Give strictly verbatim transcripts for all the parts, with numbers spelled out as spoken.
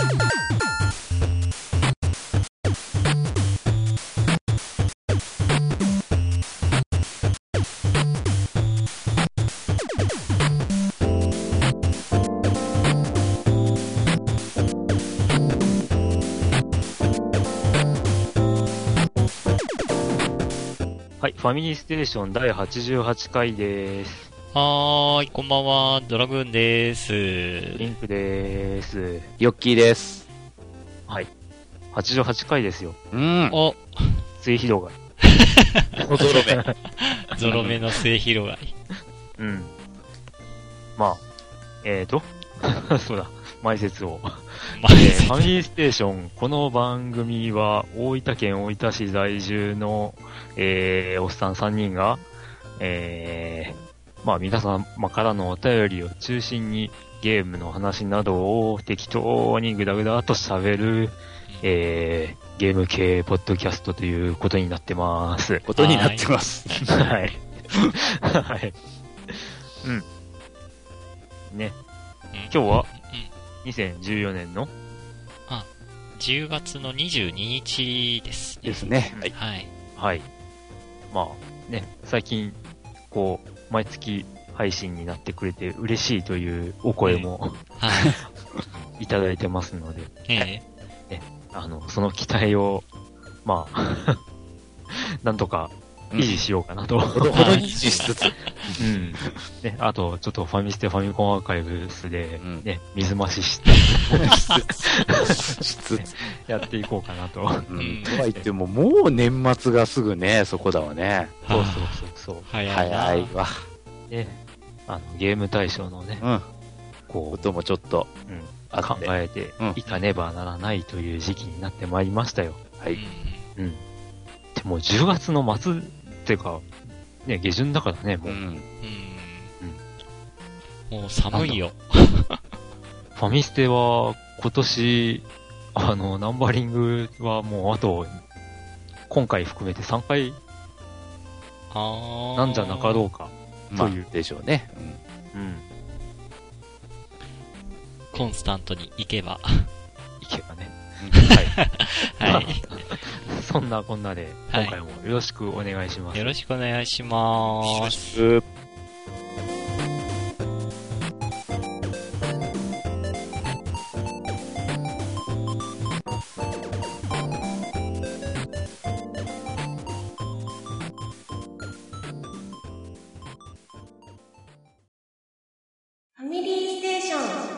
はい、ファミリーステーションだいはちじゅうはちかいです。 はーい、こんばんは、ドラグーンでーす。 リンクでーす。 ヨッキーです。 はい。はちじゅうはちかいですよ。 うん。 お、 末広がり。 ゾロ目。 ゾロ目の末広がり。 うん。まあ、えーと、そうだ、前説を。 前説。ファミリーステーション、この番組は大分県大分市在住の、えー、おっさんさんにんが、えー、まあ皆様からのお便りを中心にゲームの話などを適当にグダグダと喋る、えー、ゲーム系ポッドキャストということになってます。 ことになってます。 はい。はい。うん。ね。今日は、にせんじゅうよねんのあ、じゅうがつのにじゅうににちです。 ですね。 はい。はい。 はい。まあ、ね、最近、こう、毎月配信になってくれて嬉しいというお声も、 はい。 いただいてますので、 ええ。 ね、あの、その期待を、まあ、なんとか維持しようかなと。 ほどほどに維持しつつ。 うん。ね、あと、ちょっとファミステファミコンアーカイブスで、ね、 うん、 水増しして、 しつつやっていこうかなと。 うん。とは言っても、もう年末がすぐね、そこだわね。 そうそうそうそう。 早い。 早いわ。 ね、あの、ゲーム大賞のね、 うん。 こう、 こともちょっと、 うん、考えていかねばならないという時期になってまいりましたよ。 はい。 うん。でもじゅうがつの末っていうか、ね、下旬だからね、もう。うん。 うん。もう寒いよ。 ファミステは今年、あの、ナンバリングはもうあと、今回含めてさんかいなんじゃなかろうか、という。 まあ、でしょうね。 うん。うん。 コンスタントに行けば。 行けばね。 はい。はい。 そんなこんなで、今回もよろしくお願いします。 よろしくお願いしまーす。 よろしく。 ファミリーステーション。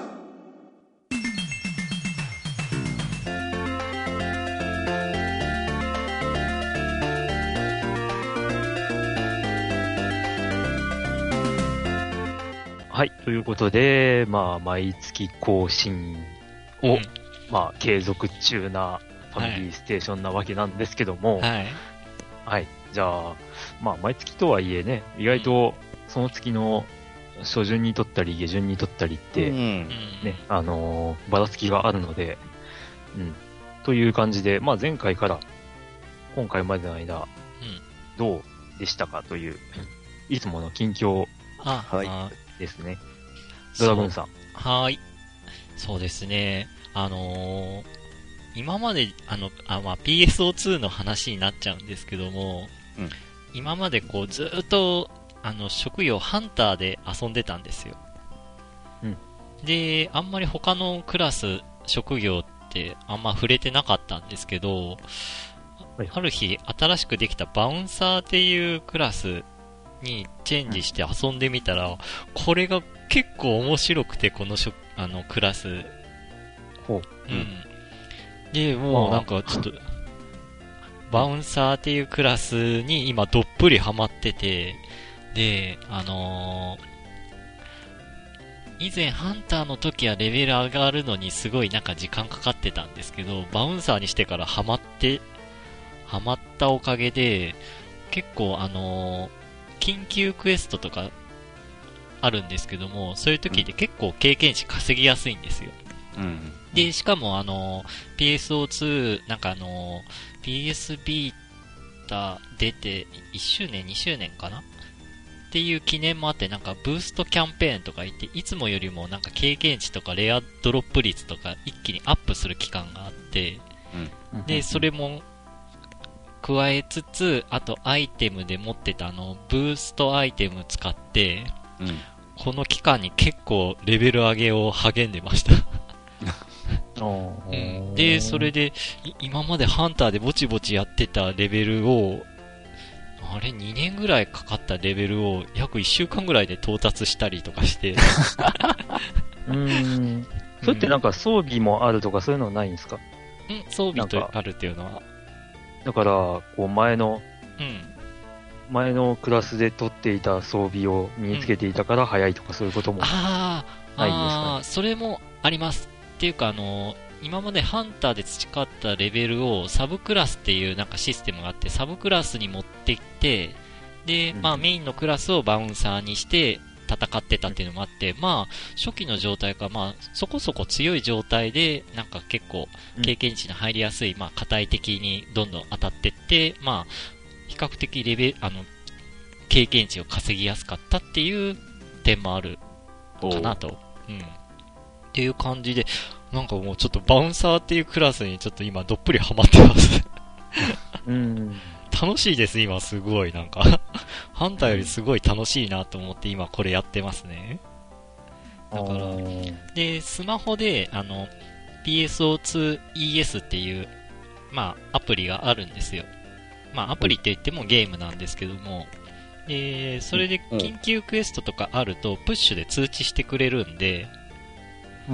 はい。ということで、まあ、毎月更新を、うん、まあ、継続中なファミリーステーションなわけなんですけども、 はい。 はい。じゃあ、まあ、毎月とはいえね、意外と、その月の初旬に撮ったり、下旬に撮ったりって、うん、ね、あのー、ばらつきがあるので、うん。という感じで、まあ、前回から今回までの間、うん、どうでしたかという、いつもの近況ですね。ドラゴンさん。 はい。そうですね。あのー、今まで、あの、あ、まあ、ピーエスオーツー の話になっちゃうんですけども、うん、今までこう、ずっと、あの、職業ハンターで遊んでたんですよ。うん。で、あんまり他のクラス、職業ってあんま触れてなかったんですけど、はい、ある日、新しくできたバウンサーっていうクラスにチェンジして遊んでみたら、うん、これが結構面白くて、このしょあのクラス。 ほう。 うん。で、もうなんかちょっと、バウンサーっていうクラスに今どっぷりハマってて、で、あのー、以前ハンターの時はレベル上がるのにすごいなんか時間かかってたんですけど、バウンサーにしてからハマって、ハマったおかげで、結構あのー、緊急クエストとかあるんですけども、そういう時って結構経験値稼ぎやすいんですよ。うん、で、しかもあの、ピーエスオーツー、なんかあの、ピーエス ビータ出ていっしゅうねん、にしゅうねんかなっていう記念もあって、なんかブーストキャンペーンとか言って、いつもよりもなんか経験値とかレアドロップ率とか一気にアップする期間があって、うん、で、それも加えつつ、あとアイテムで持ってたあの、ブーストアイテム使って、うん、この期間に結構レベル上げを励んでました。うん、で、それで、今までハンターでぼちぼちやってたレベルを、あれにねんぐらいかかったレベルを約いっしゅうかんぐらいで到達したりとかして。 うーん。それってなんか装備もあるとかそういうのないんですか？ うん、装備とあるっていうのは。 だから、こう前の、うん、前のクラスで取っていた装備を身につけていたから早いとかそういうこともないんですかね？ ああ、それもあります。っていうか、あの、今までハンターで培ったレベルをサブクラスっていうなんかシステムがあって、サブクラスに持ってきて、で、まあメインのクラスをバウンサーにして戦ってたっていうのもあって、まあ初期の状態か、まあそこそこ強い状態で、なんか結構経験値の入りやすい、まあ硬い敵にどんどん当たってって、まあ比較的レベル、あの、経験値を稼ぎやすかったっていう点もあるかなと。うん。っていう感じで、なんかもうちょっとバウンサーっていうクラスにちょっと今どっぷりハマってますうん。楽しいです、今すごいなんかハンターよりすごい楽しいなと思って今これやってますね。だから、で、スマホであの ピーエスオーツーイーエス っていう、まあアプリがあるんですよ。まあアプリって言ってもゲームなんですけども、で、それで緊急クエストとかあるとプッシュで通知してくれるんで、うん、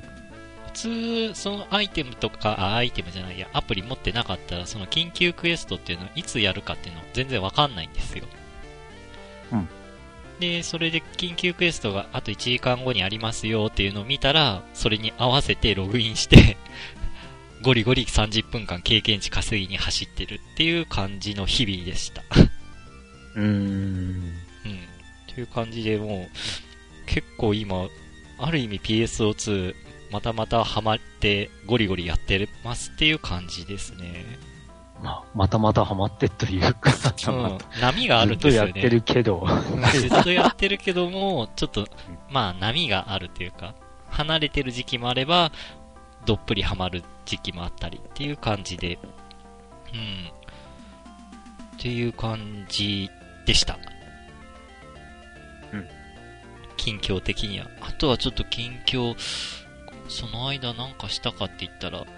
普通、そのアイテムとか、あ、アイテムじゃないや、アプリ持ってなかったら、その緊急クエストっていうのはいつやるかっていうの全然わかんないんですよ。うん。で、それで緊急クエストがあといちじかんごにありますよっていうのを見たら、それに合わせてログインしてゴリゴリさんじゅっぷんかん経験値稼ぎに走ってるっていう感じの日々でした。うーん。うん。という感じでもう、結構今、ある意味 ピーエスオーツー またまたハマってゴリゴリやってますっていう感じですね。 まあ、またまたハマってというか、 うん、波があるんですよね。 ずっとやってるけど。 ずっとやってるけども、ちょっと、まあ波があるというか、離れてる時期もあれば、どっぷりハマる時期もあったりっていう感じで、うん。っていう感じでした。近況的には。あとはちょっと近況、その間なんかしたかって言ったら、うーん、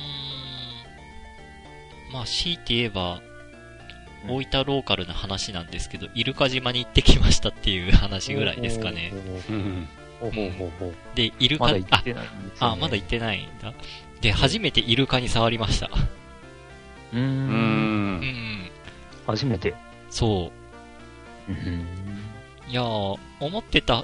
まあ強いて言えば、大分ローカルな話なんですけど、イルカ島に行ってきましたっていう話ぐらいですかね。で、イルカ、まだ行ってないんですね。あ、あ、まだ行ってないんだ。で、初めてイルカに触りました。 うーん。うん。初めて。 そう。うん。いやー、思ってた、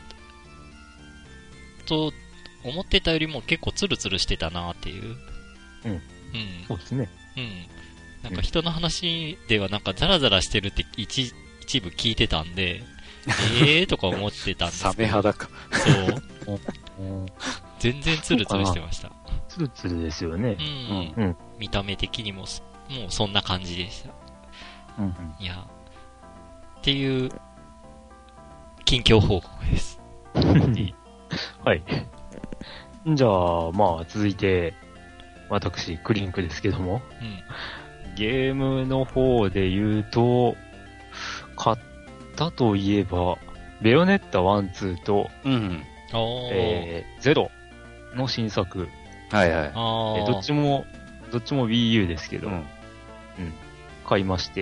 と、思ってたよりも結構ツルツルしてたなーっていう。 うん。うん。そうですね。 うん。なんか人の話ではなんかザラザラしてるって一、一部聞いてたんで、えーとか思ってたんですけど。 サメ肌か。 そう。全然ツルツルしてました。 ツルツルですよね。 うん。うん。見た目的にも、もうそんな感じでした。うん、うん。いや、っていう、近況報告です。 はい。じゃあ、まあ、続いて、私、クリンクですけども、うん、ゲームの方で言うと、買ったといえば、ベヨネッタワン、ツーと、うん、えー、ゼロの新作。 はいはい。 えー、どっちも、どっちも Wii U ですけど、うん、うん、買いまして。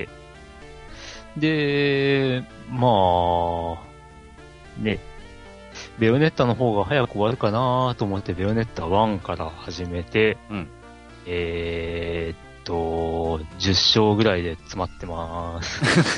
で、まあ、ね、ベヨネッタの方が早く終わるかなと思ってベヨネッタワンから始めて、うん、えー、っと、じゅっ章ぐらいで詰まってまーす、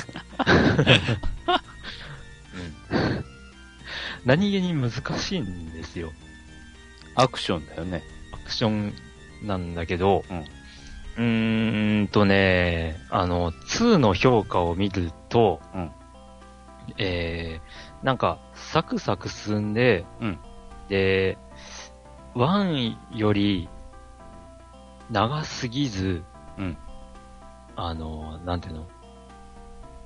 うん。何気に難しいんですよ。 アクションだよね。 アクションなんだけど、うん、うーんとね、あの、ツーの評価を見ると、うん、えー、なんか、サクサク進んで、うん、で、ワンより長すぎず、うん、あの、なんていうの、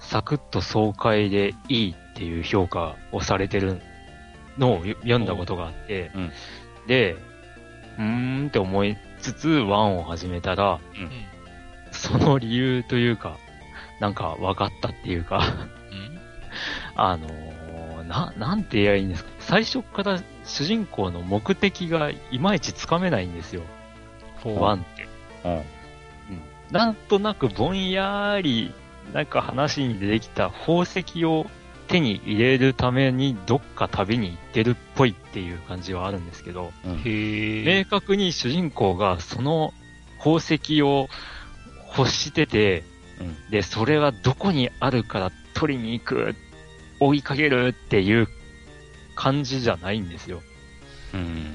サクッと爽快でいいっていう評価をされてるのを読んだことがあって、うん、で、うーんって思いつつワンを始めたら、うん、その理由というか、なんか分かったっていうか、うん、あのー、な、なんて言えばいいんですか。最初から主人公の目的がいまいちつかめないんですよ。ワンって。うんうん、なんとなくぼんやり、なんか話に出てきた宝石を手に入れるためにどっか旅に行ってるっぽいっていう感じはあるんですけど、うん、明確に主人公がその宝石を欲してて、うん、で、それはどこにあるから取りに行く、追いかけるっていう感じじゃないんですよ。うん、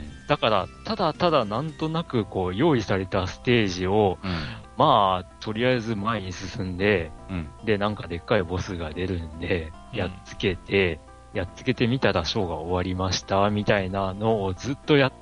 だから、ただただなんとなくこう用意されたステージを、うん、まあ、とりあえず前に進んで、うん、で、なんかでっかいボスが出るんで、やっつけて、うん、やっつけてみたらショーが終わりました、みたいなのをずっとやって、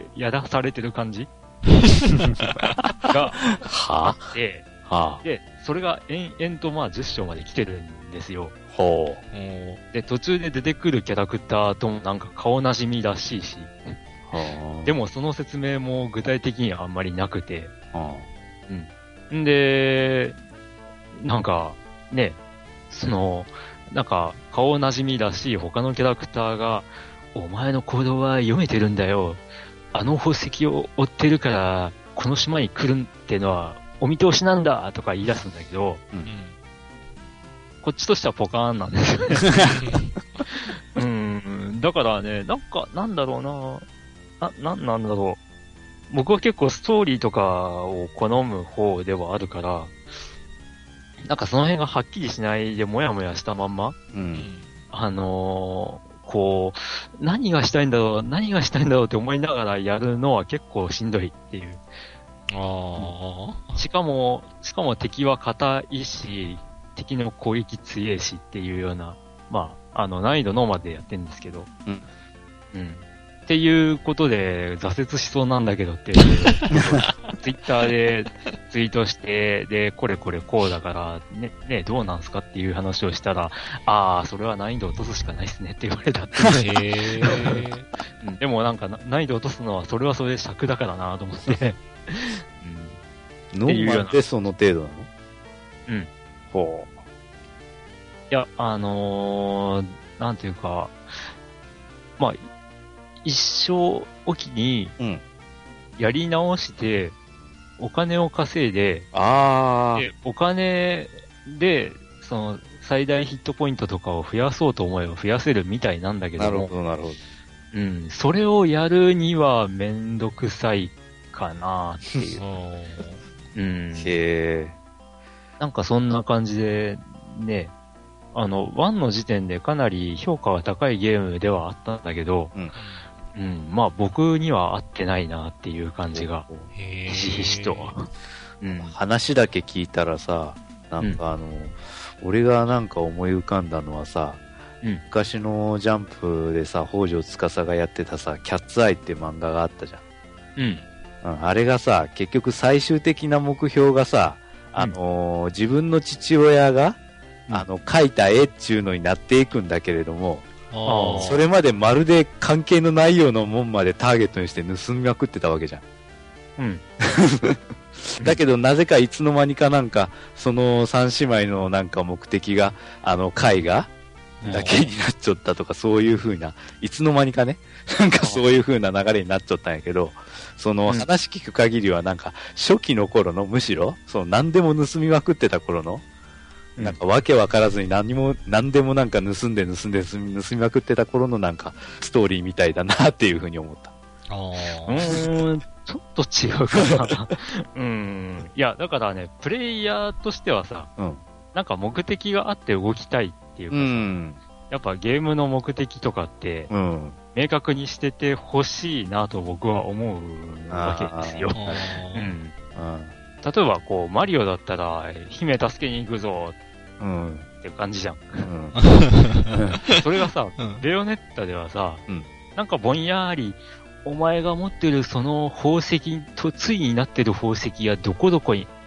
やらされてる感じがあって、はあ、で、それが延々とまあじゅっ章まで来てるんですよ。ほう。で、途中で出てくるキャラクターともなんか顔なじみらしいし、はあ、でもその説明も具体的にはあんまりなくて、はあ、うん。んで、なんか、ね、その、なんか顔なじみらしい他のキャラクターが、お前の行動は読めてるんだよ。あの宝石を追ってるから、この島に来るってのは、お見通しなんだとか言い出すんだけど、うん、こっちとしてはポカーンなんですよね。うん、だからね、なんか、なんだろうな、な、なんなんだろう。僕は結構ストーリーとかを好む方ではあるから、なんかその辺がはっきりしないでもやもやしたまんま、うん、あのー、こう、何がしたいんだろう、何がしたいんだろうって思いながらやるのは結構しんどいっていう。ああ。しかも、しかも敵は硬いし、敵の攻撃強いしっていうような、まあ、あの、難易度ノーマルでやってるんですけど、うん。うん。っていうことで、挫折しそうなんだけどって、ツイッターでツイートして、で、これこれこうだから、ね、ね、どうなんすかっていう話をしたら、ああ、それは難易度落とすしかないっすねって言われたって。へうん、でもなんか、難易度落とすのは、それはそれで尺だからなと思って。 うん、ノーマルでその程度なの？ うん。ほう。いや、あのー、なんていうか、まあ、一生おきに、やり直して、お金を稼いで、あでお金で、その、最大ヒットポイントとかを増やそうと思えば増やせるみたいなんだけども。なるほど、なるほど。うん。それをやるにはめんどくさいかなっていう。うん。へー。なんかそんな感じで、ね、あの、ワンの時点でかなり評価は高いゲームではあったんだけど、うん。うん、まあ僕には合ってないなっていう感じが、ひしひしと。 うん、話だけ聞いたらさ、なんかあの、うん、俺がなんか思い浮かんだのはさ、うん、昔のジャンプでさ、北条司がやってたさ、キャッツアイって漫画があったじゃん。うん。うん、あれがさ、結局最終的な目標がさ、あのー、自分の父親が、うん、あの、描いた絵っちゅうのになっていくんだけれども、それまでまるで関係のないようなもんまでターゲットにして盗みまくってたわけじゃん。うん。だけどなぜかいつの間にかなんか、その三姉妹のなんか目的が、あの、絵画だけになっちゃったとか、そういう風な、いつの間にかね、なんかそういう風な流れになっちゃったんやけど、その話聞く限りはなんか、初期の頃の、むしろ、その何でも盗みまくってた頃の、なんかわけわからずに何も、何でもなんか盗んで盗んで盗み、盗みまくってた頃のなんかストーリーみたいだなっていうふうに思った。 ああ。うーん、ちょっと違うかな。うん。いや、だからね、プレイヤーとしてはさ、うん、なんか目的があって動きたいっていうかさ、うん、やっぱゲームの目的とかって、うん、明確にしてて欲しいなと僕は思うわけですよ。うん。例えばこう、マリオだったら、姫助けに行くぞうん。っていう感じじゃん。うん、それがさ、うん、ベヨネッタではさ、うん、なんかぼんやり、お前が持ってるその宝石と、ついになってる宝石がどこどこに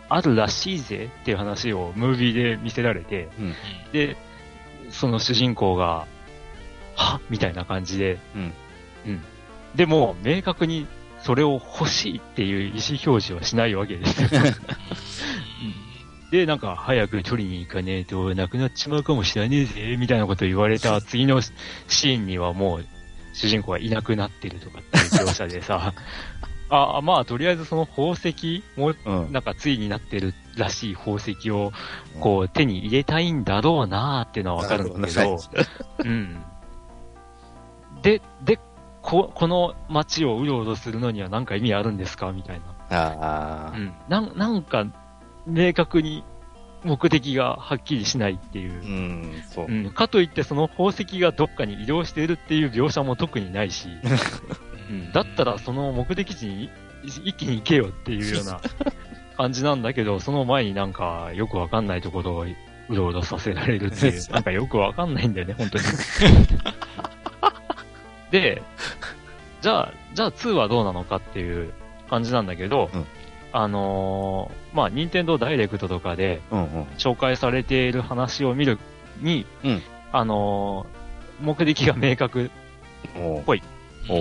あるらしいぜっていう話をムービーで見せられて、うん、で、その主人公が、はみたいな感じで、うんうん、でも、明確にそれを欲しいっていう意思表示はしないわけですよ。で、なんか、早く取りに行かねえとなくなっちまうかもしれねえぜ、みたいなことを言われた次のシーンにはもう、主人公がいなくなってるとかっていう描写でさ、あ、まあ、とりあえずその宝石も、なんか、ついになってるらしい宝石を、こう、手に入れたいんだろうなーっていうのはわかるんだけど、うん。で、で、こ、この街をうろうろするのには何か意味あるんですかみたいな。ああ。うん。なん、なんか、明確に目的がはっきりしないっていう。うん、そう。うん。かといってその宝石がどっかに移動しているっていう描写も特にないし、うん、だったらその目的地に一気に行けよっていうような感じなんだけど、その前になんかよくわかんないところをうろうろさせられるっていう、なんかよくわかんないんだよね、本当に。で、じゃあ、じゃあツーはどうなのかっていう感じなんだけど、うん、あのー、まあ、任天堂ダイレクトとかで紹介されている話を見るに、うん、あのー、目的が明確っぽい。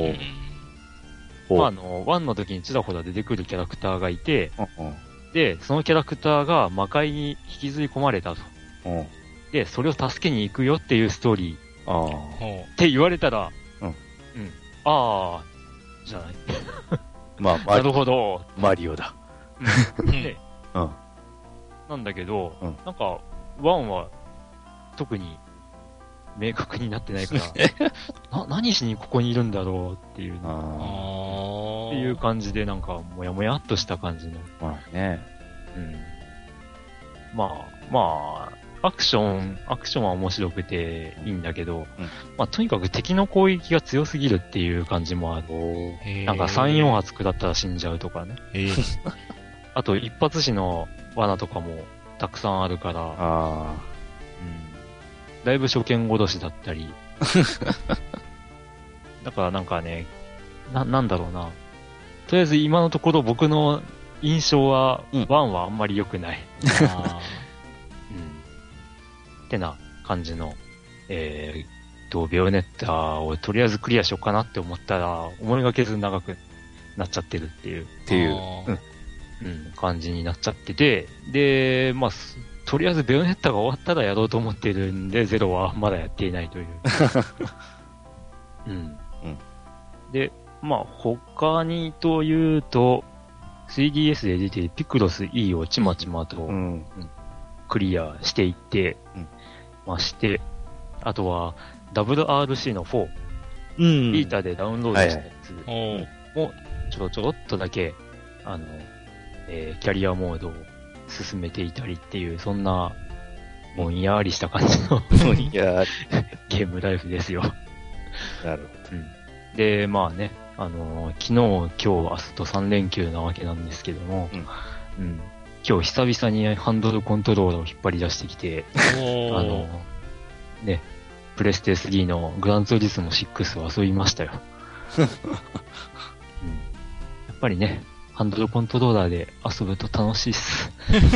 まあ、あの、ワンの時にちらほら出てくるキャラクターがいて、で、そのキャラクターが魔界に引きずり込まれたと。で、それを助けに行くよっていうストーリーって言われたら、うん。うん。ああ、じゃない。 まあ、 なるほど。 マリオだ。 うん。ね、うん。なんだけど、うん、なんか、ワンは特に明確になってないから、な、何しにここにいるんだろうっていうの。っていう感じで、なんか、もやもやっとした感じの。 まあね。 うん。まあ、まあ、アクション、アクションは面白くていいんだけど、うん、まあとにかく敵の攻撃が強すぎるっていう感じもある。なんかさん、よん発食らったら死んじゃうとかね。あと一発死の罠とかもたくさんあるから、あ、うん、だいぶ初見殺しだったり。だからなんかね、な、なんだろうな。とりあえず今のところ僕の印象は、うん、ワンはあんまり良くない。あってな感じの、えー、と、ベヨネッタをとりあえずクリアしようかなって思ったら、思いがけず長くなっちゃってるっていう、 っていう、 うん、うん、感じになっちゃってて、で、まあ、とりあえずベヨネッタが終わったらやろうと思ってるんで、ゼロはまだやっていないという。うん。うん。で、まあ、他にというと、スリーディーエス で出ているピクロス E をちまちまと、うんうん、クリアしていって、うんまして、あとは ダブルアールシー のフォー、うん、ビータでダウンロードしたやつもちょろちょろっとだけ、あの、えー、キャリアモードを進めていたりっていう、そんな、ぼんやりした感じのぼんやゲームライフですよ。 なるほど。うん、 で、まあね、あのー、昨日、今日、明日とさん連休なわけなんですけども、うんうん今日久々にハンドルコントローラーを引っ張り出してきて、あの、ね、プレステスリーのグランツーリスモシックスを遊びましたよ、うん。やっぱりね、ハンドルコントローラーで遊ぶと楽しいっす。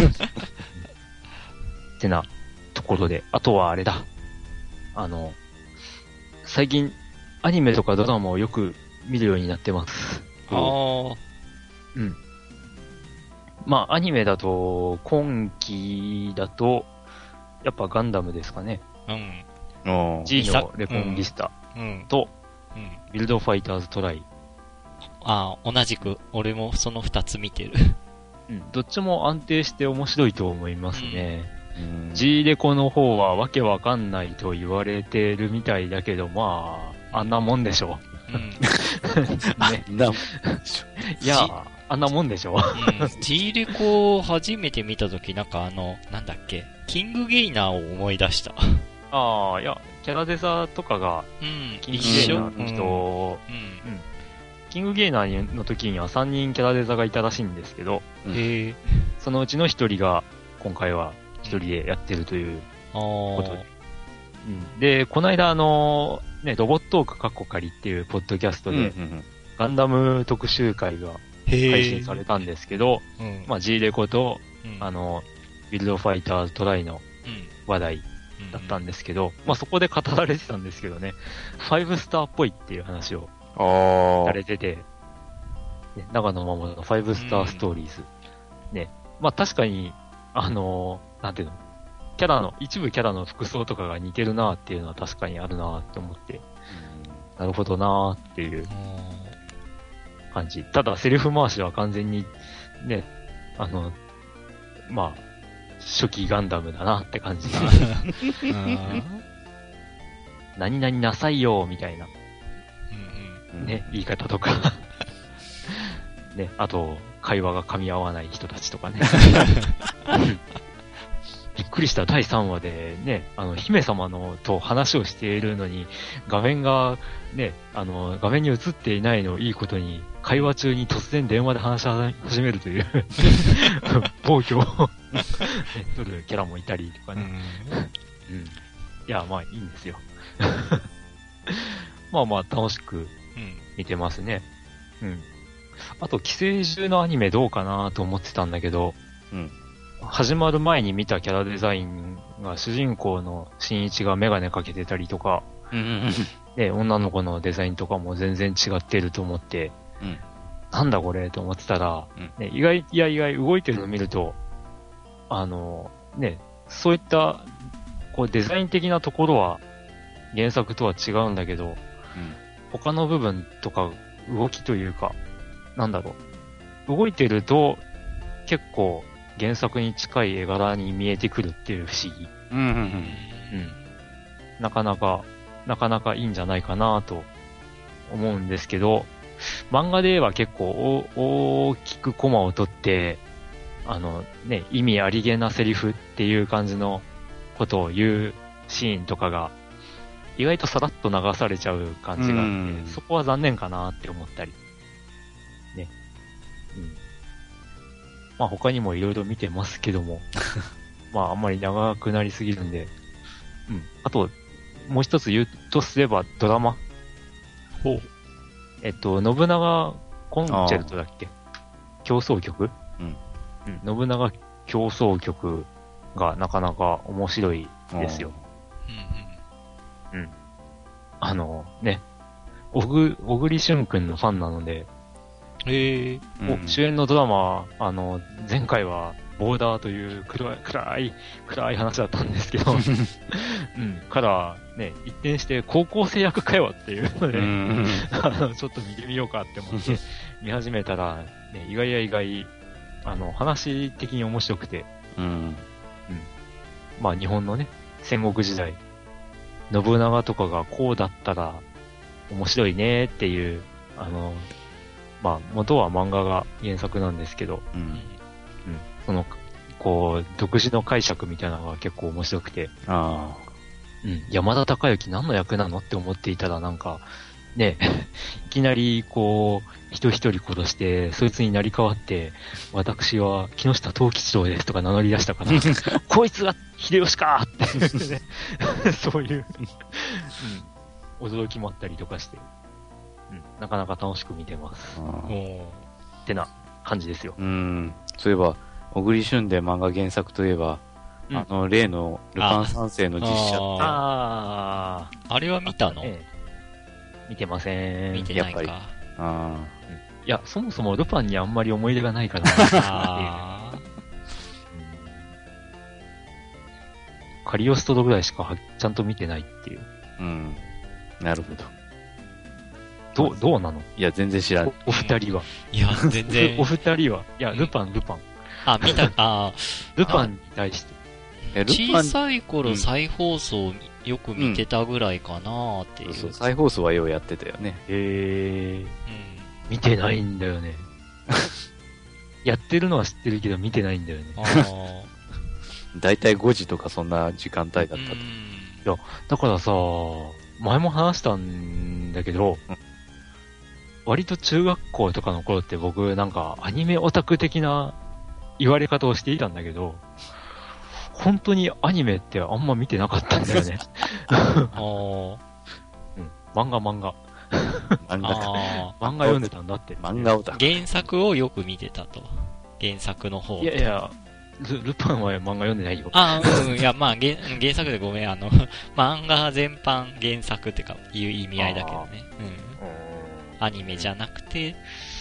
ってなところで、あとはあれだ。あの、最近アニメとかドラマをよく見るようになってます。ああ。うん。まあ、アニメだと、今期だと、やっぱガンダムですかね。うん。G のレコンギスタと、うんうん、ビルドファイターズトライ。 ああ、同じく、俺もその二つ見てる。 うん、どっちも安定して面白いと思いますね。うん、G レコの方はわけわかんないと言われてるみたいだけど、まあ、あんなもんでしょう。うん、ね、あんなもんでしょ。いや、あんなもんでしょ、うん、 G レコを初めて見たとき、なんかあの、なんだっけ、キングゲイナーを思い出した。 ああ、いや、キャラデザとかが、うん、キングゲイナーの人、うんうんうん、キングゲイナーの時にはさんにんキャラデザがいたらしいんですけど、うん、そのうちのひとりが、今回はひとりでやってるということで。うん、で、この間あの、ね、ロボットークカッコカリっていうポッドキャストで、うんうんうん、ガンダム特集会が、配信されたんですけど、うん、まあ G レコとうん、あの、ビルドファイターズトライの話題だったんですけど、うんうん、まあそこで語られてたんですけどね、ファイブスターっぽいっていう話をされてて、ね、長野守のファイブスターストーリーズ。うん、ね。まあ確かに、あのー、なんていうの、キャラの、一部キャラの服装とかが似てるなっていうのは確かにあるなって思って、うん、なるほどなっていう感じ。ただセリフ回しは完全に、ね、あの、まあ、初期ガンダムだなって感じが。何々なさいよみたいな、うんうん、ね、言い方とか。ね、あと、会話が噛み合わない人たちとかね。びっくりしただいさんわでね、あの、姫様のと話をしているのに、画面がね、あの、画面に映っていないのをいいことに、会話中に突然電話で話し始めるという、暴挙を取るキャラもいたりとかね。うん。うん、いや、まあいいんですよ。まあまあ楽しく見てますね。うん。あと、寄生獣のアニメどうかなと思ってたんだけど、うん、始まる前に見たキャラデザインが主人公の新一がメガネかけてたりとか、うんうんうん、で、女の子のデザインとかも全然違ってると思って、うん、なんだこれと思ってたら、うんね、意外、いや意外動いてるのを見ると、あの、ね、そういった、こうデザイン的なところは原作とは違うんだけど、うん、他の部分とか動きというか、なんだろう。動いてると、結構原作に近い絵柄に見えてくるっていう不思議。うんうんうん。うん。なかなか、なかなかいいんじゃないかなと思うんですけど、漫画では結構大きくコマを取って、あのね、意味ありげなセリフっていう感じのことを言うシーンとかが、意外とさらっと流されちゃう感じがあって、そこは残念かなって思ったり。ね。うん。まあ他にもいろいろ見てますけども。まああんまり長くなりすぎるんで。うん。あと、もう一つ言うとすればドラマ。ほう。えっと、信長コンチェルトだっけ？競争曲？うん。うん。信長競争曲がなかなか面白いですよ。うん、うん。うん。あの、ね。小栗、小栗旬くんのファンなので、へー、うん、主演のドラマ、あの、前回は、ボーダーという暗い、暗い、暗い話だったんですけど、うん、から、ね、一転して高校生役かよっていうので、うん、あの、ちょっと見てみようかって思って見始めたら、ね、意外や意外、あの、話的に面白くて、うん。うん。まあ、日本のね、戦国時代、信長とかがこうだったら面白いねっていう、あの、まあ、元は漫画が原作なんですけど、うん。うん。その、こう、独自の解釈みたいなのが結構面白くて、ああ。うん。山田孝之何の役なのって思っていたらなんか、ね、いきなり、こう、人一人殺して、そいつになり変わって、私は木下藤吉郎ですとか名乗り出したから、こいつが秀吉かって、ね、そういう、うん、驚きもあったりとかして、うん、なかなか楽しく見てます。ってな感じですよ。 うん。そういえば、小栗旬で漫画原作といえば、うん、あの、例のルパン三世の実写って。 ああ。あれは見たの？ええ、 見てません。 見てないか。 やっぱり。あ、うん。いや、そもそもルパンにあんまり思い出がないからな。あ、うん、カリオストロぐらいしかちゃんと見てないっていう。 うん。なるほど。 どう、どうなの？ いや、全然知らん。 お、お二人は。 いや、全然。 お二人は。いや、ルパン、ルパン。 あ、見た、あルパンに対して。 小さい頃再放送よく見てたぐらいかなーっていう、うん、 そうそう、再放送はようやってたよね。 へー、うん、見てないんだよね。やってるのは知ってるけど見てないんだよね。あだいたいごじとかそんな時間帯だったと。いや、だからさ、前も話したんだけど、うん、割と中学校とかの頃って僕なんかアニメオタク的な言われ方をしていたんだけど、本当にアニメってあんま見てなかったんだよね。あ、うん、漫画漫画。漫画か。漫画読んでたんだって。 漫画をだ。 原作をよく見てたと。原作の方。 いやいや、 ル、ルパンは漫画読んでないよ。 あ、うん、いや、まあ、原、原作でごめん、あの、漫画全般原作ってか、いう意味合いだけどね。うん。アニメじゃなくて、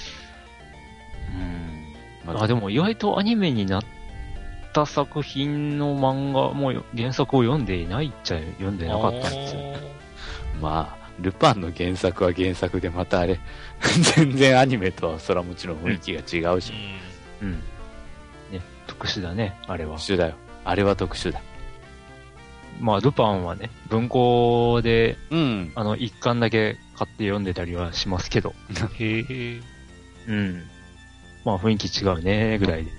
うん。あ、でも意外とアニメになった作品の漫画も原作を読んでいないっちゃ読んでなかったんですよ。 まあ、ルパンの原作は原作でまたあれ、全然アニメとはそらもちろん雰囲気が違うし。 うん。うん。ね、特殊だね、あれは。 特殊だよ。あれは特殊だ。 まあ、ルパンはね、文庫で、 うん。 あの、一巻だけ買って読んでたりはしますけど。 へえ。 うん。まあ、雰囲気違うね、ぐらいで。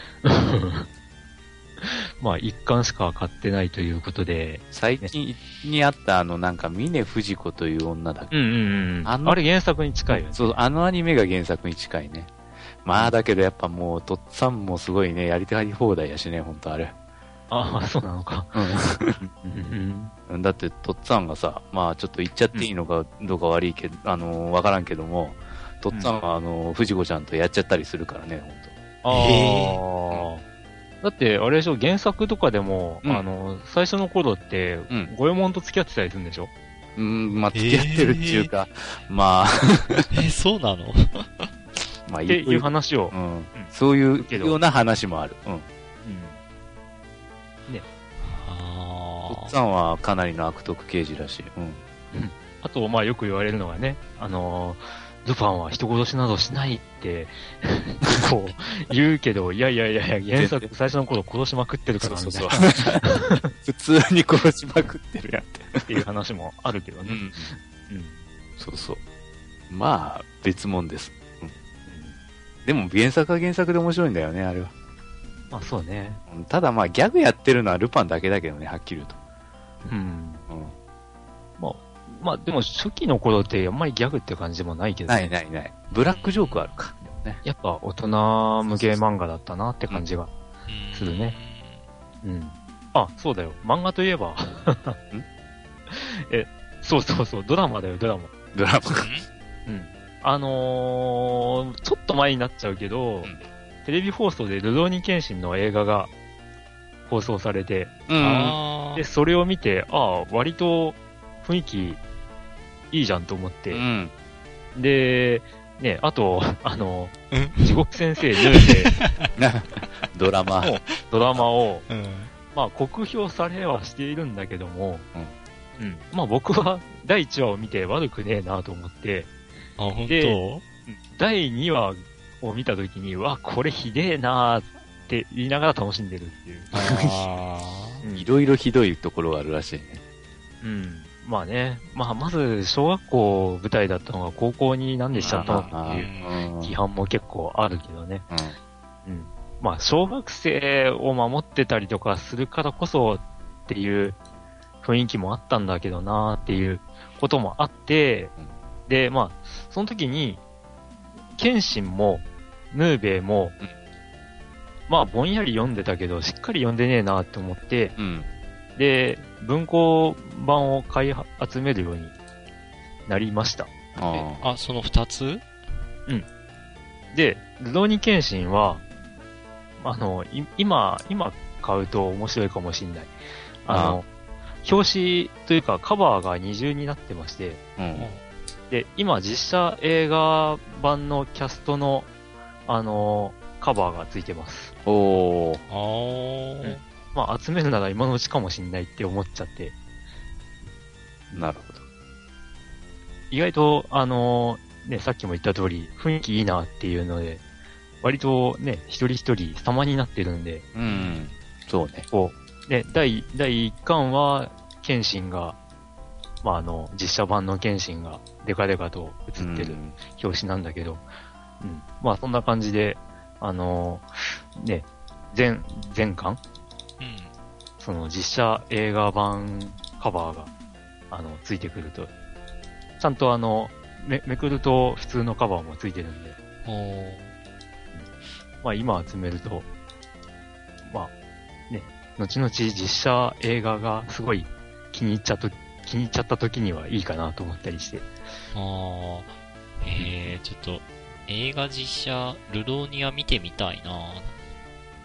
まあ、一巻しか買ってないということで。 最近にあったあの、なんか、峰不二子という女だっけ。 うんうんうん。あの、あれ原作に近いよね。 そう、あのアニメが原作に近いね。まあ、だけどやっぱもう、とっつぁんもすごいね、やりたい放題やしね、ほんとあれ。 ああ、そうなのか。 うん。だって、とっつぁんがさ、まあ、ちょっと言っちゃっていいのかどうか悪いけど、あの、わからんけども、とっつぁんは、あの、藤子ちゃんとやっちゃったりするからね、ほんと。 ああ。だって、あれでしょ、原作とかでも、うん、あの、最初の頃って、うん、五右衛門と付き合ってたりするんでしょ？ うん、まあ、付き合ってるっていうか、えー、まあ。 えー、そうなのまあ、っていう話を、 うん。そういうような話もある。うん。うん。 ね。 ああ。とっつぁんはかなりの悪徳刑事だし、うん。うん。 あと、まあ、よく言われるのがね、あのー、ルパンは人殺しなどしないって、こう、言うけど、いやいやいやいや、原作最初の頃殺しまくってるからみたいな。そうそうそう普通に殺しまくってるやんって。 っていう話もあるけどね。うん。うん。 そうそう。まあ、別物です。うん。でも原作は原作で面白いんだよね、あれは。 まあそうね。 ただまあギャグやってるのはルパンだけだけどね、はっきり言うと。 うん。うん。まあ、まあでも初期の頃ってあんまりギャグって感じもないけど、 ね。ないないない。ブラックジョークあるか。 ね、やっぱ大人向け漫画だったなって感じがするね。うん。うん、あ、そうだよ。漫画といえば。え、そうそうそう、ドラマだよ、ドラマ。 ドラマか。 うん。あのー、ちょっと前になっちゃうけど、うん、テレビ放送でルローニケンシンの映画が放送されて、 うん、 で、それを見て、ああ、割と雰囲気いいじゃんと思って、うん、で、ね、あと、あの、地獄先生ヌーで、 ドラマ。 ドラマを、うん、まあ、酷評されはしているんだけども、うん。うん、まあ僕はだいいちわを見て悪くねえなと思って、 あ、本当？ だいにわを見たときに、わ、これひでえなーって言いながら楽しんでるっていう。 ああ。いろいろひどいところがあるらしいね。 うん。まあね、まあまず小学校舞台だったのが高校になんでしちゃったのっていう批判も結構あるけどね。うん。うん。まあ小学生を守ってたりとかするからこそっていう雰囲気もあったんだけどなーっていうこともあって、で、まあ、その時に、謙信も、ヌーベイも、うん、まあ、ぼんやり読んでたけど、しっかり読んでねえなって思って、うん、で、文庫版を買い集めるようになりました。 あ, あ、その二つ？ うん。で、ルローニケンシンは、あの、今、今買うと面白いかもしんない。あの、あ表紙というかカバーが二重になってまして、うんで、今実写映画版のキャストの、あのー、カバーがついてます。 おー。 あー、うん。 まあ集めるなら今のうちかもしんないって思っちゃって。 なるほど。 意外と、あのー、ね、さっきも言った通り、雰囲気いいなっていうので、割とね、一人一人様になってるんで。 うん。そうね。 こう、ね、第、第一巻は、謙信が、まあ、あの、実写版の謙信がデカデカと映ってる表紙なんだけど、うん、うん。まあ、そんな感じで、あのー、ね、全、全巻うん。その実写映画版カバーが、あの、ついてくると、ちゃんとあの、め、めくると普通のカバーもついてるんで、 おー、うん、 まあ、今集めると、まあ、ね、後々実写映画がすごい気に入っちゃと、気に入っちゃった時にはいいかなと思ったりして。 ああ、へえ、ちょっと、映画実写、ルローニは見てみたいな。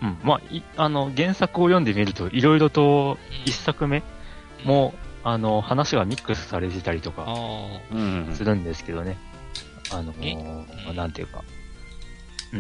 うん、まあ、い、あの、原作を読んでみると、いろいろと一作目も、うん、あの、話がミックスされてたりとか、するんですけどね。あのー、まあ、なんていうか、うん。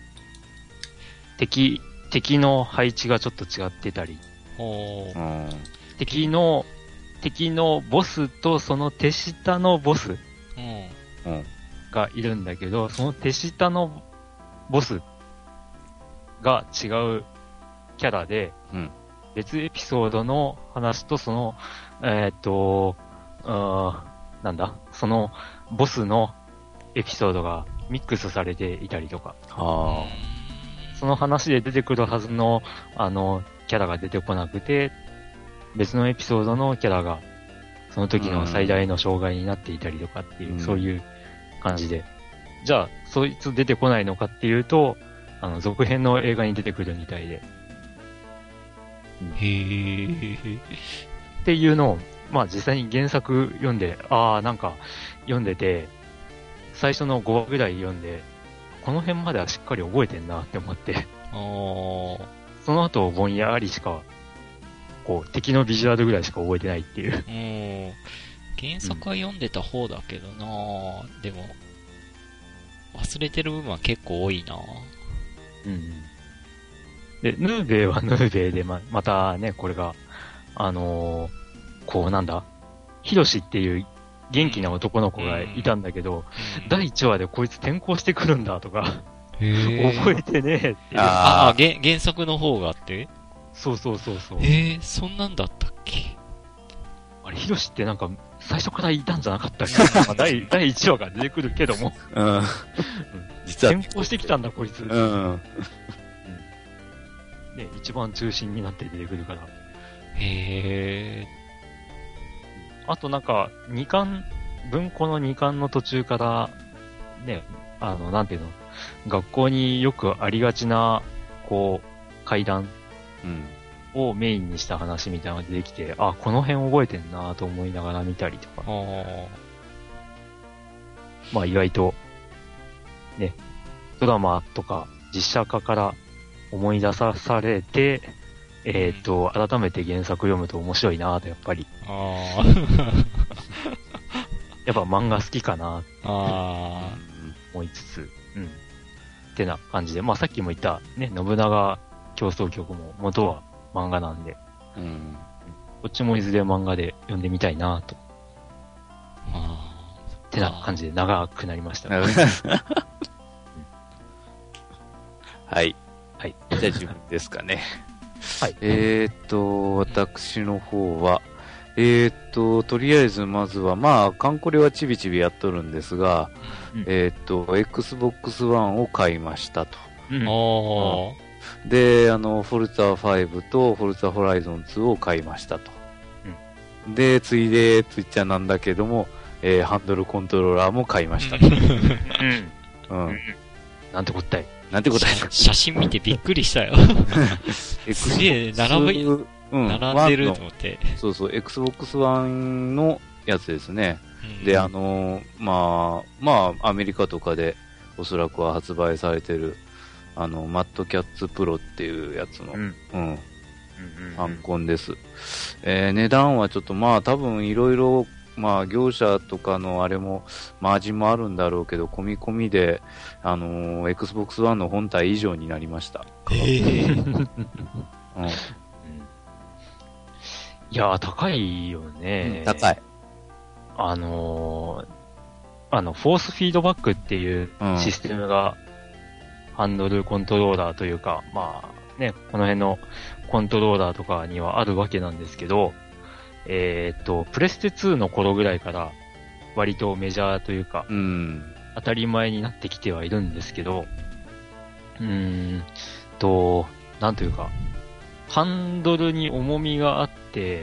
敵、敵の配置がちょっと違ってたり、敵の、敵のボスとその手下のボスがいるんだけど、その手下のボスが違うキャラで、うん、別エピソードの話とその、えー、っと、なんだ、そのボスのエピソードがミックスされていたりとか、はその話で出てくるはずの、あの、キャラが出てこなくて、別のエピソードのキャラが、その時の最大の障害になっていたりとかっていう、うん、そういう感じで。じゃあ、そいつ出てこないのかっていうと、あの、続編の映画に出てくるみたいで。 うん、へー。 っていうのを、まあ実際に原作読んで、ああ、なんか読んでて、最初のごわぐらい読んで、この辺まではしっかり覚えてんなって思って。あその後、ぼんやりしか、こう、敵のビジュアルぐらいしか覚えてないっていう。 うん。原作は読んでた方だけどな、うん、でも、忘れてる部分は結構多いなうん。で、ヌーベイはヌーベイでま、またね、これが、あのー、こうなんだヒロシっていう元気な男の子がいたんだけど、うん、だいいちわでこいつ転校してくるんだとか、覚えてねえっていう。 ああ、原、原作の方があってそうそうそうそう。 へえ、そんなんだったっけあれ、ヒロシってなんか、最初からいたんじゃなかったっけまあ第、第いちわが出てくるけども。うん。実は。転校してきたんだ、こいつ。うん。うん。ね、一番中心になって出てくるから。 へえ。 あとなんか、二巻、文庫の二巻の途中から、ね、あの、なんていうの、学校によくありがちな、こう、階段。うん、をメインにした話みたいなのが出てきて、あ、この辺覚えてんなと思いながら見たりとか。まあ意外と、ね、ドラマとか実写化から思い出さされて、えっと、改めて原作読むと面白いなと、やっぱり。あやっぱ漫画好きかなあ思いつつ、うん。ってな感じで、まあさっきも言ったね、信長競争曲も元は漫画なんで、うん、こっちもいずれ漫画で読んでみたいなと。あってな感じで長くなりました。うん、 はい。 はい。 じゃあ自分ですかね。 はい。 えーっと、私の方は、えーっと、とりあえずまずは、まあ、カンコレはちびちびやっとるんですが、うん、えーっと、エックスボックスワン を買いましたと。うん、あで、あの、フォルツァファイブとフォルツァホライゾンツーを買いましたと。うん、で、ついで、ついちゃなんだけども、えー、ハンドルコントローラーも買いましたと。 うん。うん。なんてこったい。 なんてことや。 写真見てびっくりしたよ。すげえ、並び、うん、並んでると思って。 そうそう、Xbox One のやつですね。うん、で、あのー、まあ、まあ、アメリカとかでおそらくは発売されてる、あの、マッドキャッツプロっていうやつの、うん、うん、ファンコンです。えー、値段はちょっとまあ、多分いろいろ、まあ、業者とかのあれも、マージンもあるんだろうけど、込み込みで、あのー、Xbox One の本体以上になりました。 えーうん、 いやー、高いよね、 うん。高い。 あのー、あの、フォースフィードバックっていうシステムが、ハンドルコントローラーというか、まあ、ね、この辺のコントローラーとかにはあるわけなんですけど、えー、っと、プレステツーの頃ぐらいから割とメジャーというか、うん、当たり前になってきてはいるんですけど、うーんと、なんというか、ハンドルに重みがあって、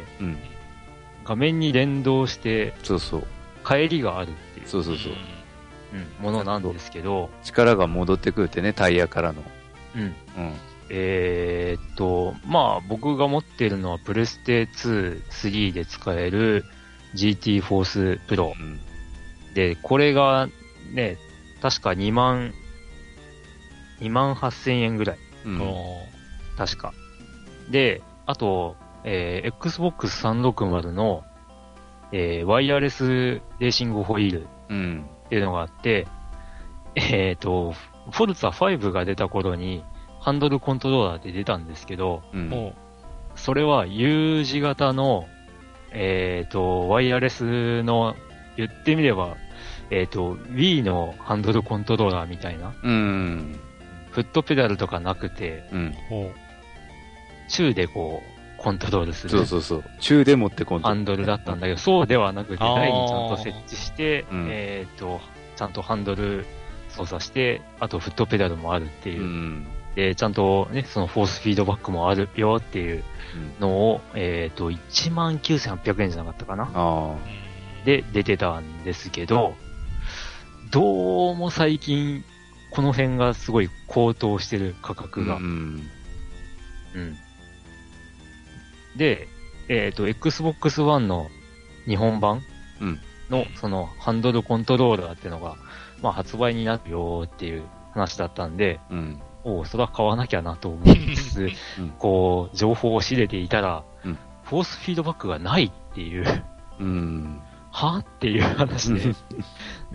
うん、画面に連動して、 そうそう。 帰りがあるっていう。 そうそうそう。 うん、ものなんですけど。 力が戻ってくるってね、タイヤからの。 うん。うん。えー、っと、まあ僕が持っているのはプレステツー、スリーで使える ジーティー フォースプロ。うん、で、これがね、確かにまん、にまんはっせんえんぐらい。 うん、 確か。で、あと、えー、エックスボックスさんびゃくろくじゅう の、えー、ワイヤレスレーシングホイールっていうのがあって、うん、えっ、ー、と、フォルツァファイブが出た頃にハンドルコントローラーで出たんですけど、うん、それは U 字型の、えっ、ー、と、ワイヤレスの、言ってみれば、えっ、ー、と、Wii のハンドルコントローラーみたいな、 うん、 フットペダルとかなくて、うん、中でこう、コントロールする。 そうそうそう。中で持ってコントロール。 ハンドルだったんだけど、そうではなくて、台にちゃんと設置して、うん、えっ、ー、と、ちゃんとハンドル操作して、あとフットペダルもあるっていう。うん、で、ちゃんとね、そのフォースフィードバックもあるよっていうのを、うん、えっ、ー、と、いちまんきゅうせんはっぴゃくえんじゃなかったかな。で、出てたんですけど、どうも最近、この辺がすごい高騰してる価格が。うん。うんで、えっ、ー、と、エックスボックスワン の日本版の、その、ハンドルコントローラーっていうのが、まあ、発売になるよっていう話だったんで、うん、おお、それは買わなきゃなと思いつつ、うん、こう、情報を仕入れていたら、うん、フォースフィードバックがないっていう、うん、はっていう話で、うん、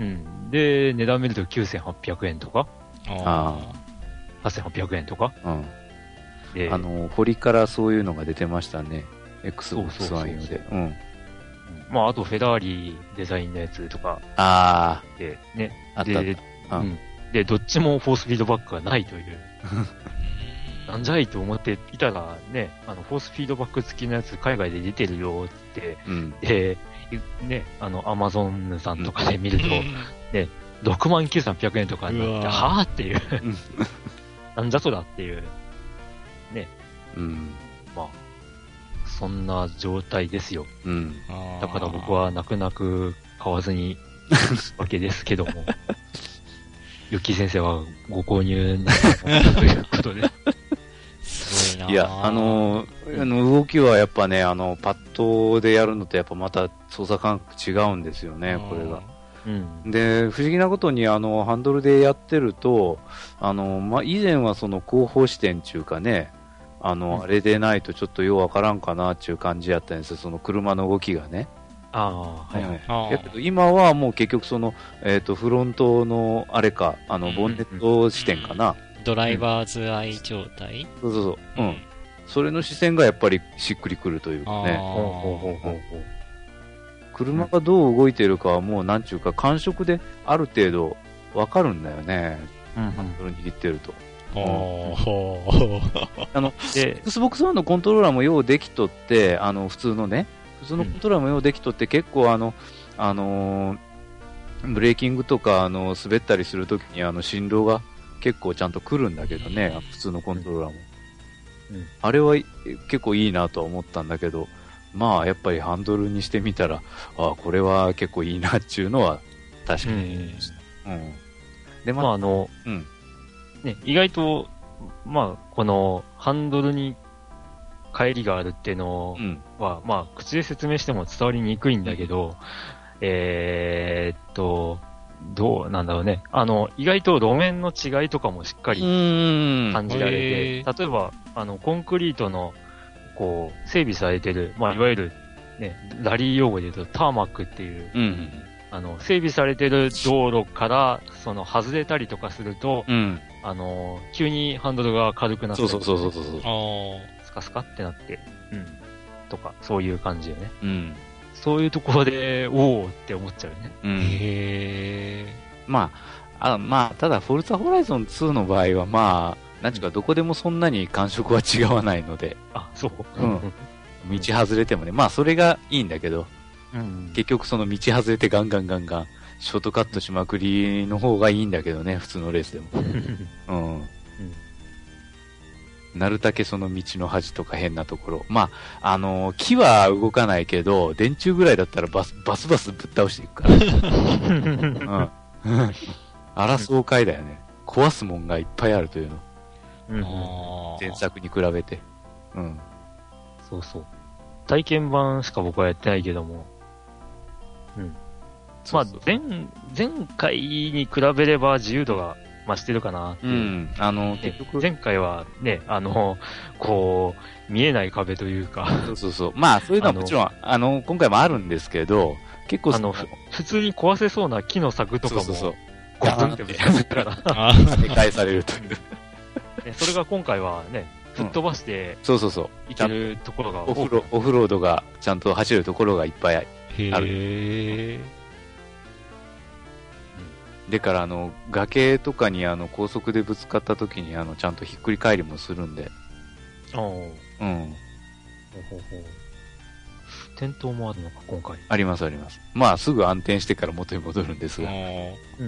で、値段見るときゅうせんはっぴゃくえんとか、あはっせんはっぴゃくえんとか、うんであの、堀からそういうのが出てましたね。エックスボックスワン 用で。うん。 まあ、あと、フェラーリデザインのやつとか。 ああ。 で、ね。 あったで、うん。で、どっちもフォースフィードバックがないという。なんじゃいと思っていたら、ね、あの、フォースフィードバック付きのやつ海外で出てるよって、うん、で、ね、あの、アマゾンさんとかで見ると、うん、ね、ろくまんきゅうせんはっぴゃくえんとかになって、はぁっていう。なんじゃそらっていう。ね。うん。まあ、そんな状態ですよ。うん。だから僕は泣く泣く買わずにわけですけども。ゆき先生はご購入になったということで。 すごいな。 いや、あの、あの動きはやっぱね、あの、パッドでやるのとやっぱまた操作感覚違うんですよね、これが。うん、で、不思議なことに、あの、ハンドルでやってると、あの、まあ、以前はその後方視点っていうかね、あの、うん、あれでないとちょっとようわからんかなっていう感じやったんですよ、その車の動きがね。 ああ、はいはい。 だけど今はもう結局その、えっ、ー、と、フロントの、あれか、あの、ボンネット視点かな。 うん、ドライバーズアイ状態、 うん、そうそうそう。うん。それの視線がやっぱりしっくりくるというかね。ほうほうほうほう。車がどう動いてるかはもうなんちゅうか感触である程度わかるんだよね。うん、ハンドル握ってると。あの、で、Xbox One のコントローラーもようできとって、あの、普通のね、普通のコントローラーもようできとって、結構あの、あのー、ブレーキングとか、あの、滑ったりするときに、あの、振動が結構ちゃんと来るんだけどね、普通のコントローラーも。うん、あれは結構いいなとは思ったんだけど、まあ、やっぱりハンドルにしてみたら、ああ、これは結構いいなっていうのは、確かに。うん。うん、 で、まあ、まあ、あの、うん。ね、意外と、まあ、この、ハンドルに帰りがあるっていうのは、うん、まあ、口で説明しても伝わりにくいんだけど、うん、えー、っと、どうなんだろうね。あの、意外と路面の違いとかもしっかり感じられて、例えば、あの、コンクリートの、こう、整備されてる、まあ、いわゆる、ね、ラリー用語で言うと、ターマックっていう、うん、あの、整備されてる道路から、その、外れたりとかすると、うん、あの、急にハンドルが軽くなって、 そうそうそうそうそう。 スカスカってなって、うん。とか、そういう感じよね。うん。そういうところで、おーって思っちゃうよね。うん、 へー。まあ、あまあ、ただ、フォルツァホライゾンツーの場合は、まあ、なんちゅうか、どこでもそんなに感触は違わないので。 あ、そう。 うん。道外れてもね、まあ、それがいいんだけど、うん、結局その道外れてガンガンガンガン、ショートカットしまくりの方がいいんだけどね、普通のレースでも。うん。うん、なるだけその道の端とか変なところ。まあ、あのー、木は動かないけど、電柱ぐらいだったらバス、バスバスぶっ倒していくから。うん。争う回だよね。壊すもんがいっぱいあるというの。うん、前作に比べて。うん。 そうそう。体験版しか僕はやってないけども。うん。まあ、前、前回に比べれば自由度が増してるかなっていう。 うん。あの、結局。 前回はね、あの、こう、見えない壁というか。 そうそうそう。まあ、そういうのはもちろん、あの、今回もあるんですけど、結構あの、普通に壊せそうな木の柵とかも、そうそうそう。ゴツンってぶつかるから。 跳ね返されるという。 ね、それが今回はね、吹っ飛ばして、うん、 そうそうそう。 いけるところがオフロ、オフロードがちゃんと走るところがいっぱいある。 へー。 だから、あの、崖とかにあの、高速でぶつかった時に、あの、ちゃんとひっくり返りもするんで。 ああ。うん。 ほうほうほう。転倒もあるのか、今回。 あります、あります。まあ、すぐ暗転してから元に戻るんですが。うん。うん。うん。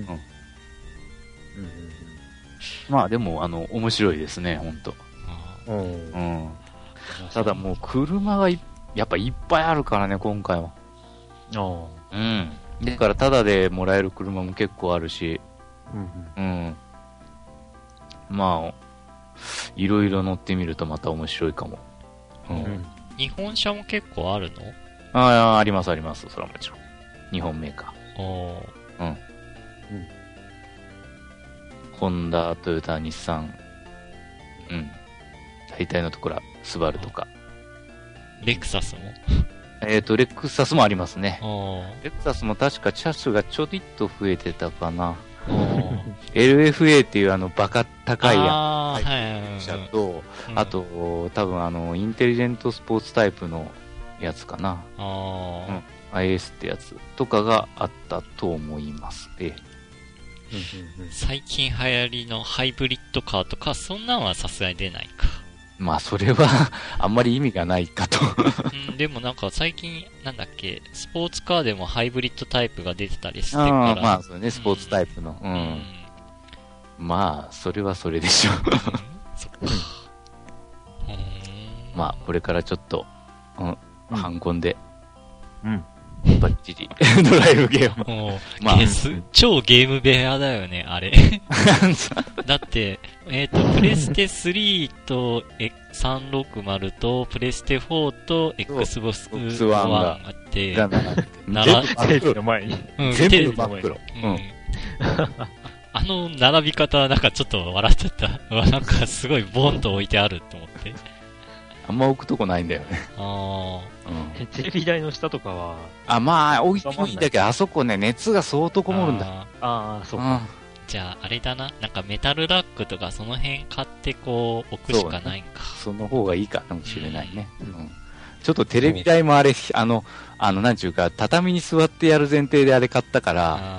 まあ、でも、あの、面白いですね、ほんと。うん。うん。ただもう、車がい、やっぱいっぱいあるからね、今回は。ああ。うん。だから、タダでもらえる車も結構あるし。うん、うん。うん。まあ、いろいろ乗ってみるとまた面白いかも。 うん。うん、日本車も結構あるの？ ああ、ありますあります。それはもちろん。日本メーカー。おー。うん。うん。ホンダ、トヨタ、日産。うん。大体のところは、スバルとか。 レクサスもえっと、レクサスもありますね。レクサスも確か車種がちょっと増えてたかな。エルエフエー っていうあのバカ高いやつ車と、あと、多分あの、インテリジェントスポーツタイプのやつかな。うん、アイエス ってやつとかがあったと思います。ええ、 最近流行りのハイブリッドカーとか、そんなんはさすがに出ないか。 まあ、それはあんまり意味がないかとうん。でもなんか最近、なんだっけ、スポーツカーでもハイブリッドタイプが出てたりしてから。 あまあ、そうね、スポーツタイプの。うん。うん、まあ、それはそれでしょう。そっか。まあ、これからちょっと、うん、ハンコンで。うん。バッチリドライブゲーム。 まあ、超ゲーム部屋だよね、あれ。だって、えっ、ー、と、プレステスリーとさんろくまると、プレステフォーと Xbox One があって、 並んで、テレビの前に。 うん、全部真っ黒。うん。 あの並び方、なんかちょっと笑っちゃった。なんかすごいボンと置いてあると思って。 あんま置くとこないんだよね。 ああ。うん。テレビ台の下とかは。 あ、まあ、置いてもいいんだけど、あそこね、熱が相当こもるんだ。 ああ、そうか。 じゃあ、あれだな。なんかメタルラックとかその辺買ってこう、置くしかないんか。 その方がいいかもしれないね。うん。ちょっとテレビ台もあれ、あの、あの、なんちゅうか、畳に座ってやる前提であれ買ったから、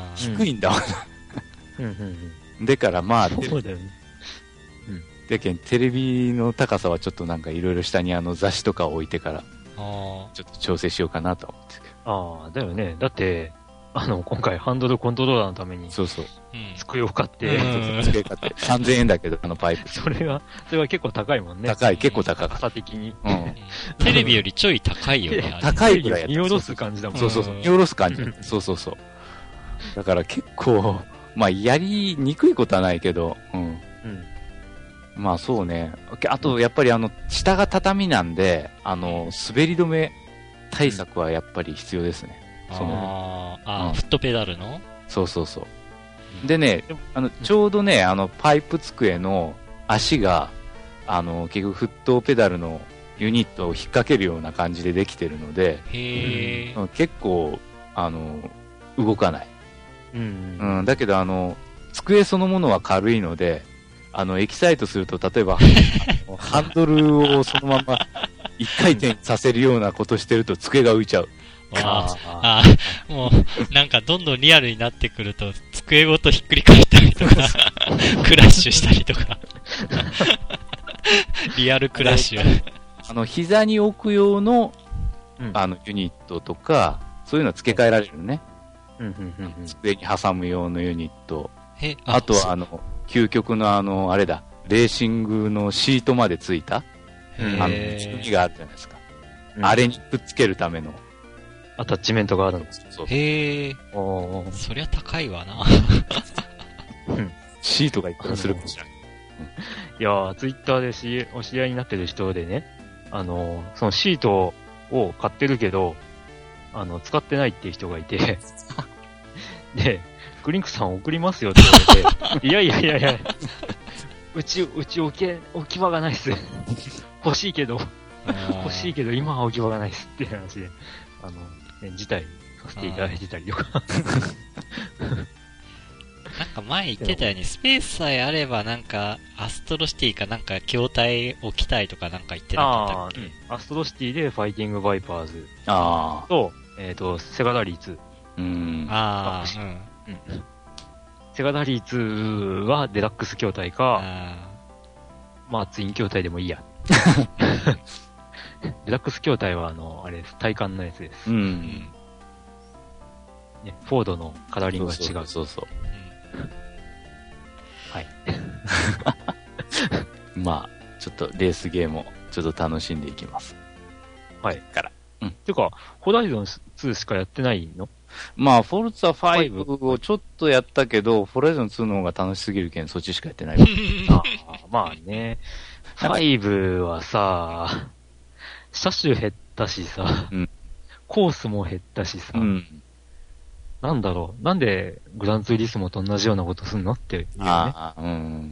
低いんだわな。うんうんうん。でからまあ、 そうだよね。 でけん、テレビの高さはちょっとなんかいろいろ下にあの雑誌とかを置いてから、ちょっと調整しようかなと思って。 ああ、だよね。だって、あの、今回ハンドルコントローラーのために、 そうそう。 机を買って、 机買って、さんぜんえんだけど、あのパイプ。 それは、それは結構高いもんね。 高い、結構高い。 高さ的に。 うん。テレビよりちょい高いよね。 高いぐらいやった。 見下ろす感じだもん。 そうそうそう。見下ろす感じ。そうそうそう。だから結構、まあ、やりにくいことはないけど、うん。うん。まあそうね。あと、やっぱりあの、下が畳なんで、あの、滑り止め対策はやっぱり必要ですね。 そのああ、うん、フットペダルのそうそうそう。でね、あの、ちょうどね、あの、パイプ机の足が、あの、結局フットペダルのユニットを引っ掛けるような感じでできてるので、 へうん、結構、あの、動かない。うん、うん、だけど、あの、机そのものは軽いので、あの、エキサイトすると、例えば、ハンドルをそのまま一回転させるようなことしてると、机が浮いちゃう。 ああ、もう、なんかどんどんリアルになってくると、机ごとひっくり返ったりとか、クラッシュしたりとか。リアルクラッシュ。 あの、膝に置く用の、あの、ユニットとか、そういうのは付け替えられるね。机に挟む用のユニット。あ, あとは、あの、究極のあの、あれだ、レーシングのシートまでついた、あの、仕組みがあるじゃないですか。うん、あれにくっつけるための。 アタッチメントがあるんです。 そう。へー。おー。そりゃ高いわな。 シートがいくらするかもしれない。 いやー、ツイッターでしお知り合いになってる人でね、あの、そのシートを買ってるけど、あの、使ってないっていう人がいて、で、 クリンクさん送りますよって言われて、いやいやいやいや、うち、うち置け、置き場がないっす。欲しいけど、欲しいけど今は置き場がないっすっていう話で、あの、ね、辞退させていただいてたりとか。 なんか前言ってたように、スペースさえあればなんか、アストロシティかなんか筐体置きたいとかなんか言ってなかったっけ？ あ、うん、アストロシティでファイティングバイパーズあと、えっ、ー、と、セガダリーツ。 うん。 ああ、 うん。うん。セガダリーツはデラックス筐体か、あまあツイン筐体でもいいや。デラックス筐体はあの、あれです。体感のやつです。 うん。 ね、フォードのカラーリングが違う。 そうそうそうそう。 はい。 まあ、ちょっとレースゲームをちょっと楽しんでいきます。 はい。 から。 うん。てか、ホライゾンツーしかやってないの？ まあ、フォルツァファイブをちょっとやったけど、ホライゾンツーの方が楽しすぎるけん、そっちしかやってないわ。 あまあね。ファイブはさ、車種減ったしさ、うん、コースも減ったしさ、うん、なんだろう、なんでグランツーリスモと同じようなことすんのっていうね。 ああ、うん。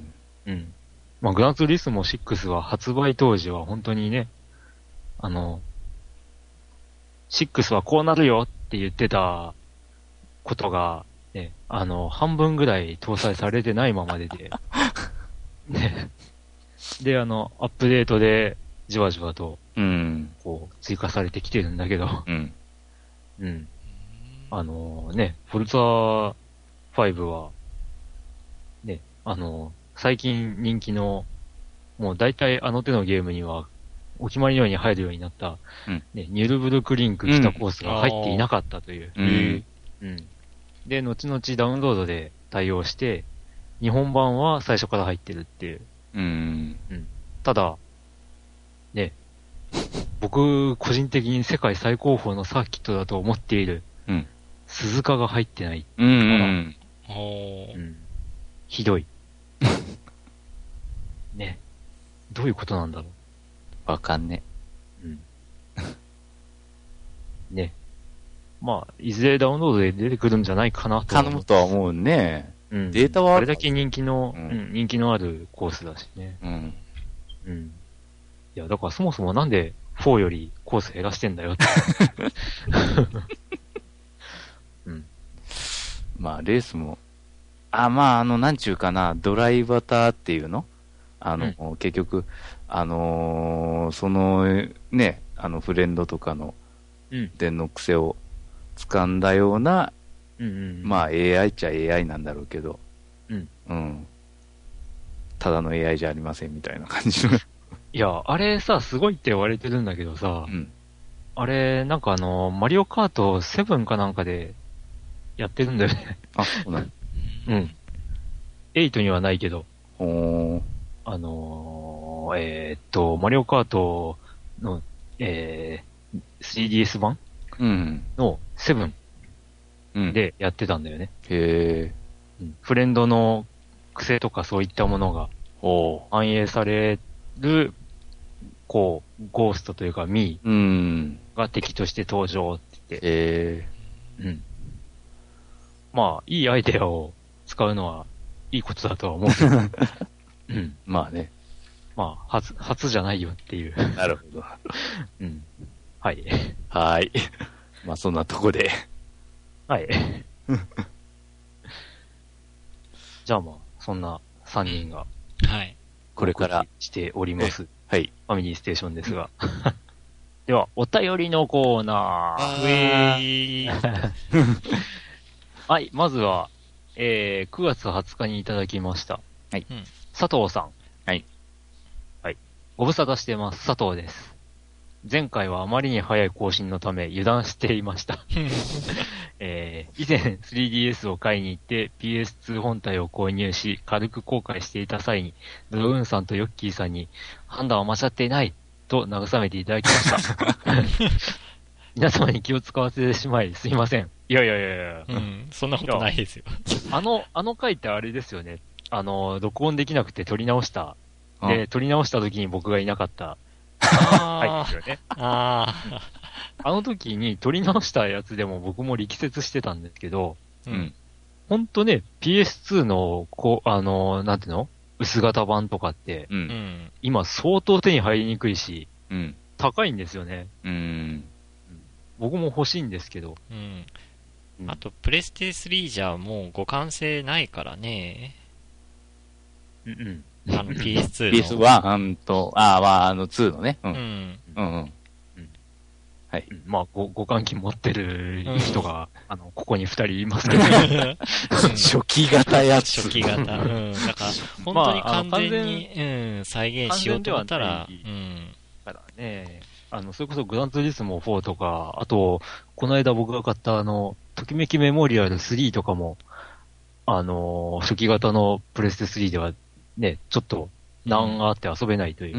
うん。まあ、グランツーリスモシックスは発売当時は本当にね、あの、シックスはこうなるよって言ってたことが、ね、あの、半分ぐらい搭載されてないままでで、ね。で、あの、アップデートで、じわじわと、 うん。 こう、追加されてきてるんだけど、 うん。 うん。あのね、フォルツァファイブは、ね、あの、最近人気の、もう大体あの手のゲームには、お決まりのように入るようになった、うん、ね、ニュルブルクリンク来たコースが入っていなかったという。 うん。 うん。で、後々ダウンロードで対応して、日本版は最初から入ってるっていう。 うん。 うん。ただ、ね、僕、個人的に世界最高峰のサーキットだと思っている、 うん。 鈴鹿が入ってない。 うん、うん。 うん。ひどい。ね。どういうことなんだろう。 わかんね。 うん。ね。まあ、いずれダウンロードで出てくるんじゃないかなと。 頼むとは思うね。 うん。 データはあれだけ人気の、うん、うん、人気のあるコースだしね。 うん。 うん。いや、だからそもそもなんでフォーよりコース減らしてんだよって。うん。 まあ、レースも、あ、まあ、あの、なんちゅうかな、ドライバターっていうのあの、うん、結局、あのー、その、ね、あの、フレンドとかの、電の癖を掴んだような、 うんうんうん、 まあ、エーアイ っちゃ エーアイ なんだろうけど、 うん。 うん。ただの エーアイ じゃありませんみたいな感じの。 いや、あれさ、すごいって言われてるんだけどさ、 うん、 あれ、なんかあの、マリオカートセブンかなんかでやってるんだよね。 あ、そうなの？ うん。エイトにはないけど。 おー。 あのー、えー、っと、マリオカートの、えー、スリーディーエス 版のセブンでやってたんだよね。 うん、へー、 うん。フレンドの癖とかそういったものが反映される、こう、ゴーストというかミーが敵として登場って言って。 へー。うん。まあ、いいアイデアを使うのはいいことだとは思うけど。うん。 まあね。 まあ、初、初じゃないよっていう。 なるほど。 うん。はい。 はい。まあ、そんなとこで。 はい。じゃあまあ、そんなさんにんが。 はい。 これから。 しております。 はい。 ファミリーステーションですが。では、お便りのコーナー。 ウェーはい、まずは、えー、くがつはつかにいただきました。 はい。 佐藤さん。 はい。 はい。ご無沙汰してます。佐藤です。前回はあまりに早い更新のため油断していました。えー、以前 スリーディーエス を買いに行って ピーエスツー 本体を購入し軽く後悔していた際にドローンさんとヨッキーさんに判断は間違っていないと慰めていただきました。皆様に気を使わせてしまいすいません。いやいやいやいや、 うん、そんなことないですよ。 あの、あの回ってあれですよね。あの、録音できなくて撮り直した。で、撮り直した時に僕がいなかった。 あはい、ですよね。 ああの時に撮り直したやつでも僕も力説してたんですけど、 うん。 ほんとね、ピーエスツー の、こう、あの、なんていうの薄型版とかって、 うん、 今相当手に入りにくいし、 うん、 高いんですよね。 うん、 僕も欲しいんですけど。 うん。うん、あと、プレステスリーじゃもう互換性ないからね。 うんうん。あの ピーエスツー の。 ピーエスワン と、ああ、まあ、あのツーのね。うん。 うん。 うん、うん。はい。 まあ、ご、互換機持ってる人が、うん、あの、ここに二人いますけど。 初期型やつ。 初期型。うん。だから、本当に完全に、まあ、うん、再現しようと思ったら、うん。 だからね、あの、それこそグランツーリスモフォーとか、あと、この間僕が買ったあの、ときめきメモリアルスリーとかも、あの、初期型のプレステスリーではね、ちょっと難があって遊べないという。 うん。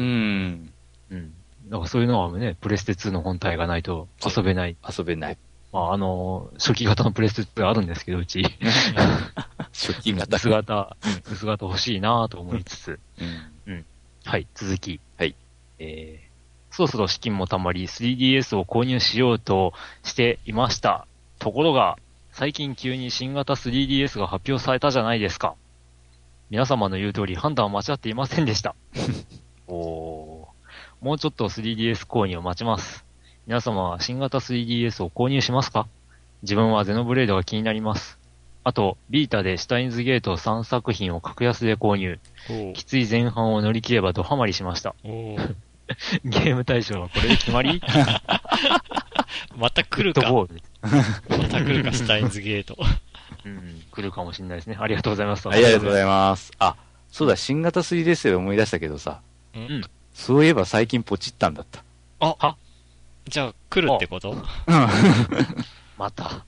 うん。だからそういうのはね、プレステツーの本体がないと遊べない。 遊べない。 まあ、あの、初期型のプレステツーあるんですけど、うち。 初期型。 薄型、うん、薄型欲しいなと思いつつ。 うん。 うん。はい、続き。 はい。 えー、そろそろ資金もたまり スリーディーエス を購入しようとしていました。ところが、最近急に新型 スリーディーエス が発表されたじゃないですか。皆様の言う通り判断は間違っていませんでした。おー。もうちょっと スリーディーエス 購入を待ちます。皆様は新型 スリーディーエス を購入しますか？自分はゼノブレードが気になります。あと、ビータでシュタインズゲートさんさく品を格安で購入。きつい前半を乗り切ればドハマりしました。ゲーム対象はこれで決まりまた来るか。また来るか、シュタインズゲート。 うん、来るかもしれないですね。ありがとうございます。 ありがとうございます。あ、そうだ、新型 スリーディーエス で思い出したけどさ。 うん。 そういえば最近ポチったんだった。 あ、はじゃあ来るってこと？うん。 また。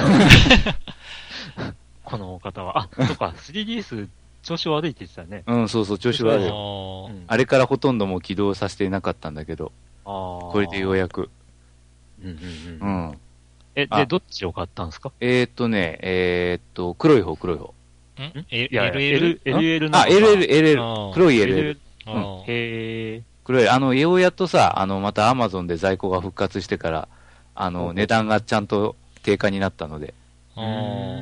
この方は。あ、そっか、スリーディーエス 調子悪いって言ってたね。 うん、そうそう、調子悪いよ。あれからほとんどもう起動させていなかったんだけど。あこれでようやく。 うんうんうん。 うん。 え、で、どっちを買ったんですか？ えーっとね、えーっと、黒い方、黒い方。 んえ、いや、エルエル? エルエル の。 あ、エルエル、エルエル。黒い エルエル。 うん、へー。 黒い、あの、ようやっとさ、あの、またアマゾンで在庫が復活してから、あの、値段がちゃんと定価になったので。 うん。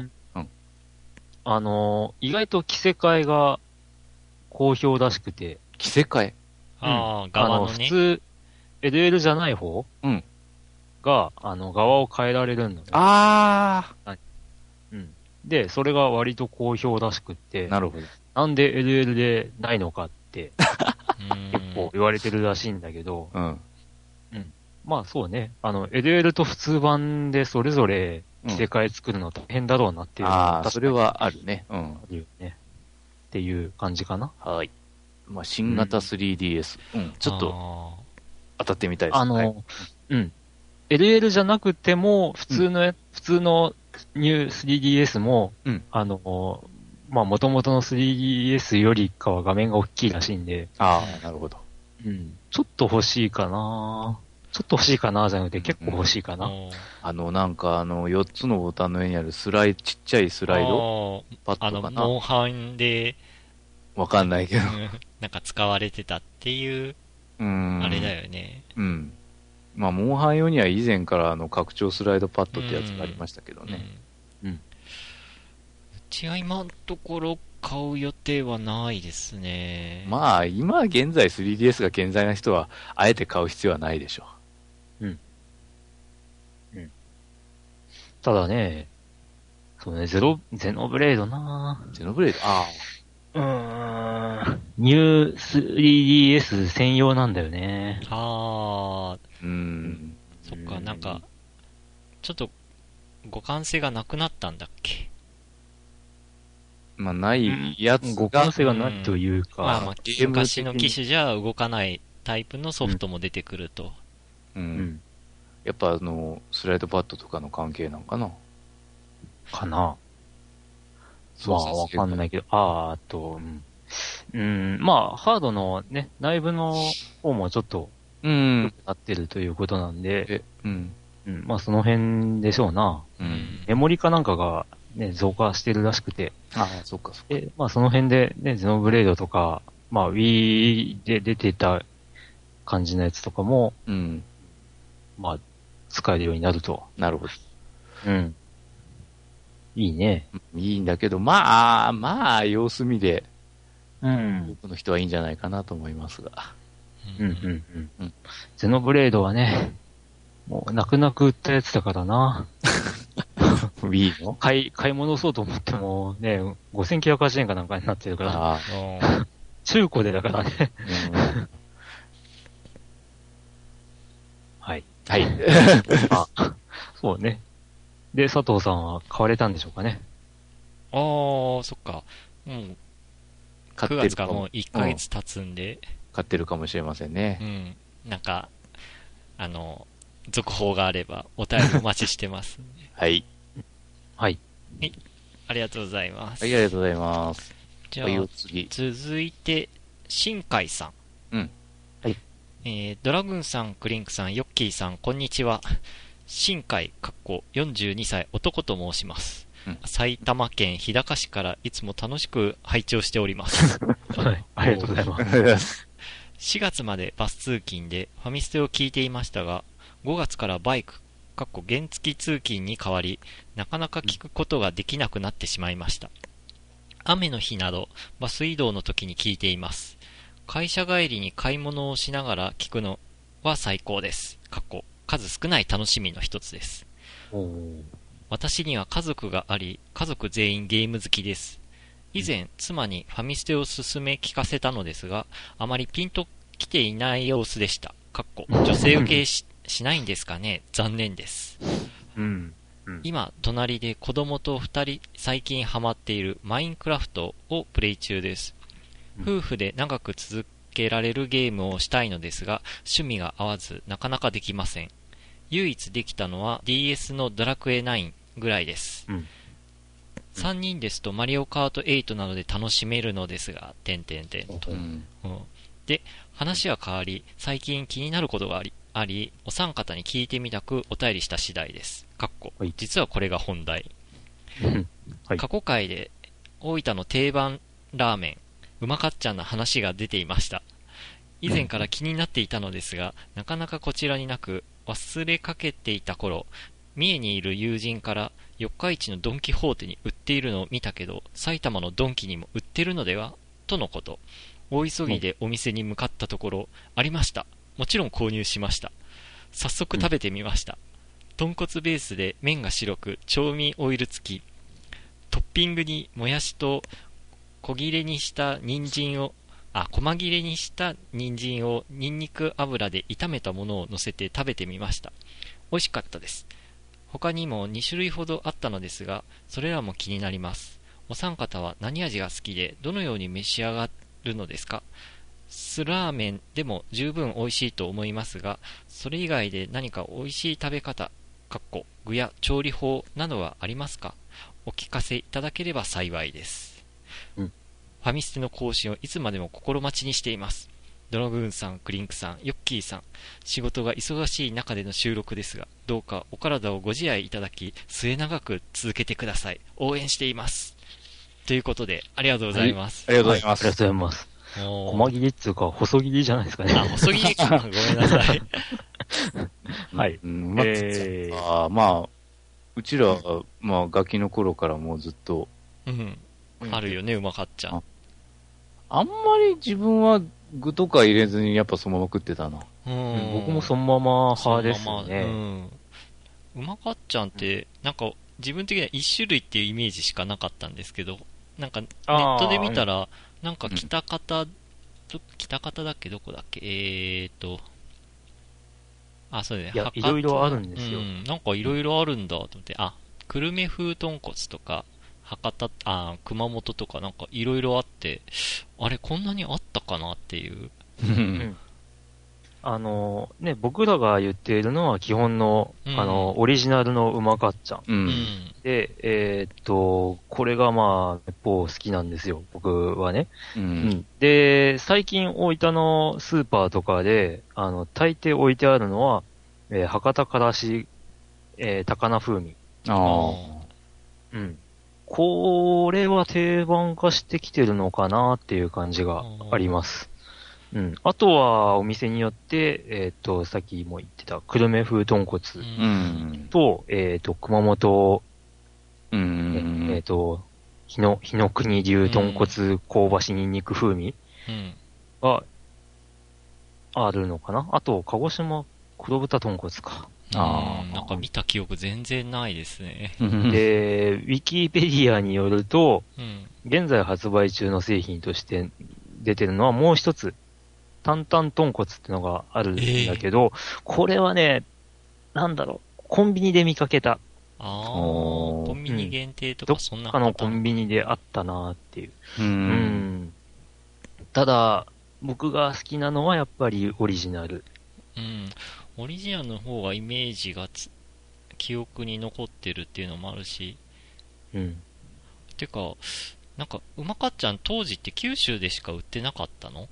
あの、意外と着せ替えが好評らしくて。 着せ替えああ、側のね。 普通、エルエル じゃない方うん。 が、あの、側を変えられるんだね。 ああ。うん。で、それが割と好評らしくって。 なるほど。 なんで エルエル でないのかって、結構言われてるらしいんだけど。 うん。 うん。まあそうね。あの、エルエル と普通版でそれぞれ着せ替え作るの大変だろうなっていうのが、うん、ああ、それはあるね。うん。あるよね。っていう感じかな。 はい。まあ、新型 スリーディーエス。うん。うん、ちょっと、当たってみたいです。 あの、はい、うん。エルエル じゃなくても、普通の、うん、普通のニュー スリーディーエス も、うん、あの、まあ、元々の スリーディーエス よりかは画面が大きいらしいんで。 ああ、なるほど。 うん。ちょっと欲しいかなちょっと欲しいかなじゃなくて結構欲しいかな、うん、 あの、なんかあの、よっつのボタンの上にあるスライ、ちっちゃいスライドパッドかな。 あの、モンハンで、 わかんないけど。 なんか使われてたっていう、うん。あれだよね。 うん。まあ、モンハン用には以前からあの、拡張スライドパッドってやつがありましたけどね。 うん。うん、うちは今のところ買う予定はないですね。 まあ、今現在 スリーディーエス が健在な人は、あえて買う必要はないでしょう。うん。うん。ただね、そうね、ゼロ、ゼノブレードなゼノブレードああ。うーん。ニュー スリーディーエス 専用なんだよね。 ああ。 うーん。 そっか、なんか、ちょっと、互換性がなくなったんだっけ？ まあ、ないやつが。 互換性がないというか。 うん、まあまあ、昔の機種じゃ動かないタイプのソフトも出てくると。 うん。うん、やっぱあの、スライドパッドとかの関係なんかなかなまあ、わかんないけど、あー、あと、うん、うん、まあ、ハードのね、内部の方もちょっと、うん、良くなってるということなんで、うん、うん、まあ、その辺でしょうな。うん、メモリかなんかが、ね、増加してるらしくて。 ああ、そっかそっか。 で、まあ、その辺で、ね、ゼノブレードとか、まあ、Wii で出てた感じのやつとかも、うん、まあ、使えるようになると。 なるほど。 うん。 いいね。 いいんだけど、まあ、まあ、様子見で、 うん。 多くの人はいいんじゃないかなと思いますが。 うんうんうん。うん、ゼノブレードはね、もう泣く泣く売ったやつだからな。 Wii の買い、買い戻そうと思ってもね、ごせんきゅうひゃくはちじゅうえんかなんかになってるから。中古でだからね。うん、はい。 はい。 あ、そうね。で、佐藤さんは買われたんでしょうかね。 ああ、そっか。もう、くがつからもういっかげつ経つんで、うん。 買ってるかもしれませんね。 うん。なんか、あの、続報があればお便りお待ちしてます、ね。 はい。 はい。 はい。ありがとうございます。 はい、ありがとうございます。 じゃあ、はい、次続いて、新海さん。 うん。はい。 えー、ドラグーンさん、クリンクさん、ヨッキーさん、こんにちは。新海、かっこよんじゅうにさい男と申します。うん、埼玉県日高市からいつも楽しく拝聴しております。 はい。ありがとうございます。 しがつまでバス通勤でファミステを聞いていましたが、ごがつからバイク、かっこ原付通勤に変わり、なかなか聞くことができなくなってしまいました。雨の日など、バス移動の時に聞いています。会社帰りに買い物をしながら聞くのは最高です。かっこ数少ない楽しみの一つです。私には家族があり、家族全員ゲーム好きです。以前、妻にファミステを勧め聞かせたのですが、あまりピンと来ていない様子でした。かっこ女性受けししないんですかね。残念です。 うんうん、今、隣で子供と二人最近ハマっているマインクラフトをプレイ中です。夫婦で長く続けられるゲームをしたいのですが、趣味が合わずなかなかできません。唯一できたのは ディーエス のドラクエナインぐらいです。うん、さんにんですとマリオカートエイトなどで楽しめるのですが、点々点と、うんうん。で、話は変わり、最近気になることがあり、あり、お三方に聞いてみたくお便りした次第です。かっこ、はい、実はこれが本題。はい、過去回で大分の定番ラーメン、うまかっちゃんの話が出ていました。以前から気になっていたのですが、なかなかこちらになく、忘れかけていた頃、三重にいる友人から四日市のドンキホーテに売っているのを見たけど、埼玉のドンキにも売ってるのではとのこと。大急ぎでお店に向かったところ、ありました。もちろん購入しました。早速食べてみました。豚骨ベースで麺が白く、調味オイル付き。トッピングにもやしと小切れにした人参を、あ、細切れにした人参をニンニク油で炒めたものを乗せて食べてみました。美味しかったです。他にもに種類ほどあったのですが、それらも気になります。お三方は何味が好きで、どのように召し上がるのですか？酢ラーメンでも十分美味しいと思いますが、それ以外で何か美味しい食べ方、かっこ具や調理法などはありますか？お聞かせいただければ幸いです。うん、ファミステの更新をいつまでも心待ちにしています。ドラグーンさん、クリンクさん、ヨッキーさん、仕事が忙しい中での収録ですが、どうかお体をご自愛いただき、末永く続けてください。応援しています。ということで、ありがとうございます。 はい、ありがとうございます。 はい、ありがとうございます。細切りっていうか、細切りじゃないですかね。 あ、細切りか。ごめんなさい。 はい。 うん、まえー、あまあ、うちらは、まあ、ガキの頃からもうずっと。 うん。あるよね、うまかっちゃん。 あんまり自分は具とか入れずにやっぱそのまま食ってたな。 うん、僕もそのまま派ですね。 うん。うまかっちゃんって、なんか自分的には一種類っていうイメージしかなかったんですけど、なんかネットで見たら、なんか北方、うん、北方だっけどこだっけえーと、あ、そうだね。 いや、いろいろあるんですよ。 うん、なんかいろいろあるんだと思って、あ、久留米風豚骨とか、博多、あ、熊本とかなんかいろいろあって、あれこんなにあったかなっていう。うん、 あの、ね、僕らが言っているのは基本の、うん、あの、オリジナルのうまかっちゃん。うん、で、えー、っと、これがまあ、結構好きなんですよ、僕はね。うん、で、最近大分のスーパーとかで、あの、大抵置いてあるのは、えー、博多からし、えー、高菜風味。ああ。うん。これは定番化してきてるのかなっていう感じがあります。うん。あとは、お店によって、えっと、さっきも言ってた、久留米風豚骨と、うん、えっと、熊本うん。 えっ、ー、と、日の、日の国流豚骨香ばしニンニク風味があるのかな。あと、鹿児島黒豚豚骨か。 ああ。なんか見た記憶全然ないですね。 で、ウィキペディアによると、うん、現在発売中の製品として出てるのはもう一つ、担々豚骨ってのがあるんだけど、えー、これはね、なんだろう、コンビニで見かけた。 ああ、コンビニ限定とかそんな、 うん、どっかのコンビニであったなっていう。うん、うん。ただ、僕が好きなのはやっぱりオリジナル。 うん。オリジナルの方がイメージがつ記憶に残ってるっていうのもあるし。 うん。 てか、なんか、うまかっちゃん当時って九州でしか売ってなかったの？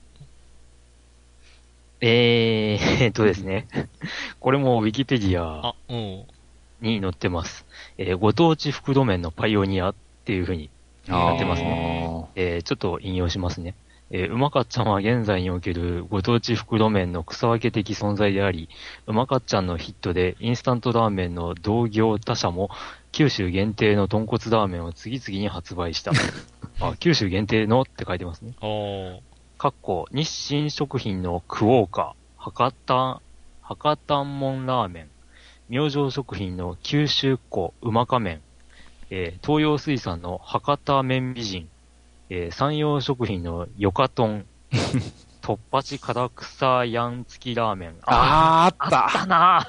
えー、えっとですね。これもウィキペディアに載ってます。えー、ご当地袋麺のパイオニアっていう風になってますね。えー、ちょっと引用しますね。えー、うまかっちゃんは現在におけるご当地袋麺の草分け的存在であり、うまかっちゃんのヒットでインスタントラーメンの同業他社も九州限定の豚骨ラーメンを次々に発売した。あ、九州限定のって書いてますね。かっこ日清食品のクオーカ、博多、博多門ラーメン、明星食品の九州っ子うまか麺、えー、東洋水産の博多麺美人、えー、山陽食品のヨカトン、とっぱち唐草やん付きラーメン。 あー、あった。 あったな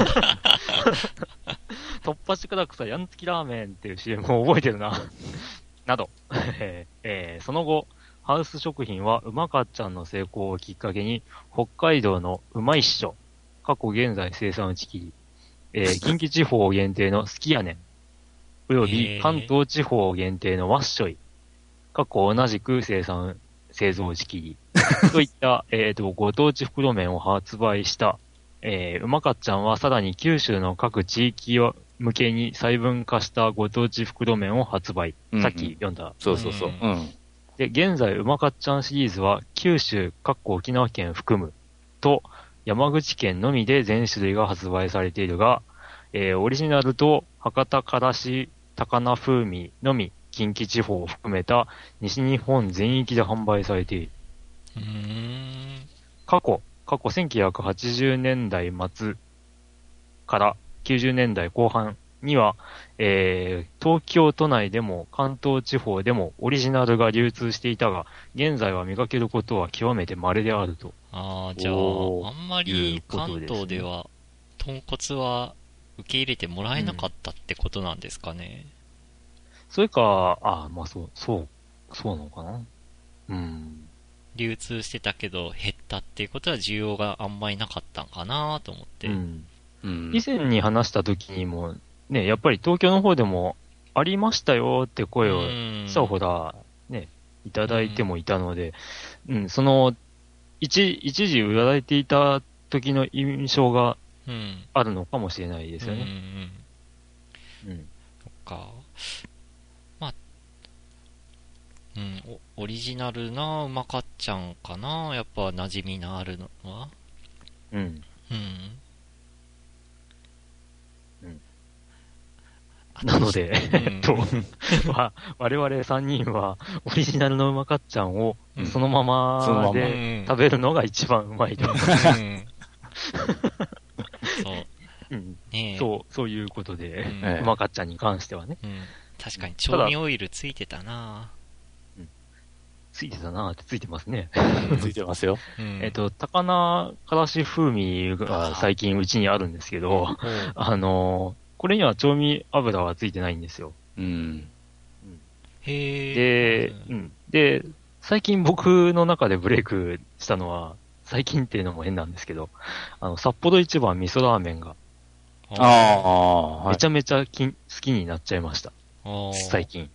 とっぱち唐草やん付きラーメンっていう シーエム を覚えてるな。など、えーえー、その後、ハウス食品はうまかっちゃんの成功をきっかけに、北海道のうまいっしょ、過去現在生産打ち切り、えー、近畿地方限定のすきやねん、および関東地方限定のわっしょい、過去同じく生産、製造時期に、といった、えっと、ご当地袋麺を発売した、えー、うまかっちゃんはさらに九州の各地域向けに細分化したご当地袋麺を発売。うんうん、さっき読んだ。 そうそうそう。うん、 で、現在、うまかっちゃんシリーズは、九州、かっこ沖縄県含む、と、山口県のみで全種類が発売されているが、えー、オリジナルと博多からし高菜風味のみ、近畿地方を含めた西日本全域で販売されている。 うーん過去、過去せんきゅうひゃくはちじゅうねんだい末からきゅうじゅうねんだいこう半には、えー、東京都内でも関東地方でもオリジナルが流通していたが、現在は見かけることは極めて稀であると。 ああ、じゃあ、あんまり関東では、豚骨は受け入れてもらえなかったってことなんですかね。うんそれか、あまあそう、そう、そうなのかな。うん。 流通してたけど減ったっていうことは需要があんまりなかったんかなと思って。うん。 うん、以前に話した時にも、ね、やっぱり東京の方でもありましたよって声を、さほら、ね、いただいてもいたので、うん、うん、その、一、一時売られていた時の印象があるのかもしれないですよね。 うん。うん。そっか。うん、オリジナルなうまかっちゃんかなやっぱ馴染みのあるのは。 うん。 うん。 うん。なので、えっと、我々さんにんはオリジナルのうまかっちゃんをそのままで食べるのが一番うまいと。うん、そう。うん、ねそう、そういうことで、うん、うまかっちゃんに関してはね。 うん、確かに調味オイルついてたなついてたなーってついてますね。 ついてますよ。 えっと、高菜からし風味が最近うちにあるんですけど、あのー、これには調味油はついてないんですよ。 うん。 へで、うん。で、最近僕の中でブレイクしたのは、最近っていうのも変なんですけど、あの、札幌一番味噌ラーメンが、 ああ、めちゃめちゃき好きになっちゃいました。最近。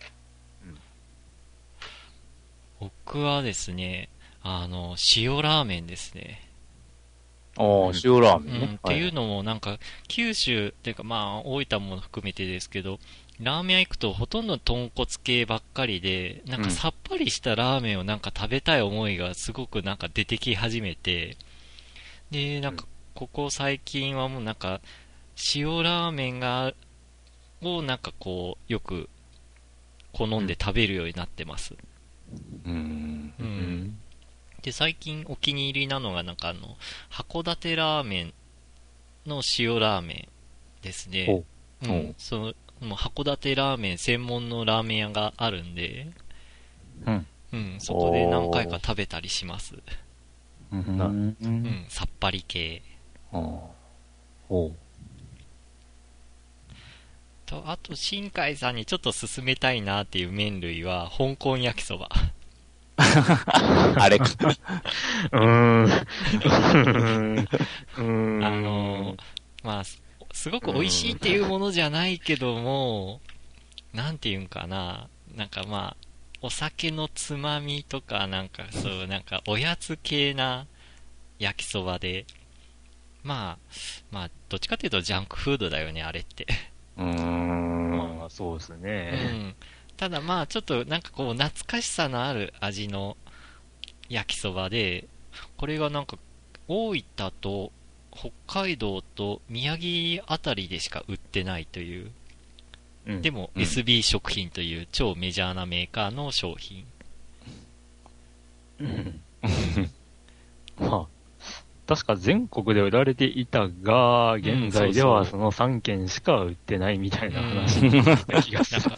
僕はですね、あの、塩ラーメンですね。 ああ、塩ラーメンね、 うん。っていうのもなんか、九州っていうかまあ、大分も含めてですけど、ラーメン屋行くとほとんど豚骨系ばっかりで、なんかさっぱりしたラーメンをなんか食べたい思いがすごくなんか出てき始めて、で、なんか、ここ最近はもうなんか、塩ラーメンがをなんかこう、よく好んで食べるようになってます。 うん。うん。 で、最近お気に入りなのがなんかあの、函館ラーメンの塩ラーメンですね。うん。その、もう函館ラーメン専門のラーメン屋があるんで、うん。うん、そこで何回か食べたりします。うん、うん、さっぱり系。おと、あと、新海さんにちょっと勧めたいなっていう麺類は、香港焼きそば。 あれか。 うーん。うーん。あのー、まあ、すごく美味しいっていうものじゃないけども、なんていうんかな。なんかまあ、お酒のつまみとか、なんかそう、なんかおやつ系な焼きそばで、まあ、まあ、どっちかっていうとジャンクフードだよね、あれって。 うーん、まあ、そうですね。 うん。ただまあ、ちょっとなんかこう、懐かしさのある味の焼きそばで、これがなんか、大分と北海道と宮城あたりでしか売ってないという、うん、でも エスビー 食品という超メジャーなメーカーの商品。 うん、まあ、確か全国で売られていたが、現在ではそのさんけんしか売ってないみたいな話になった気がする。 そう。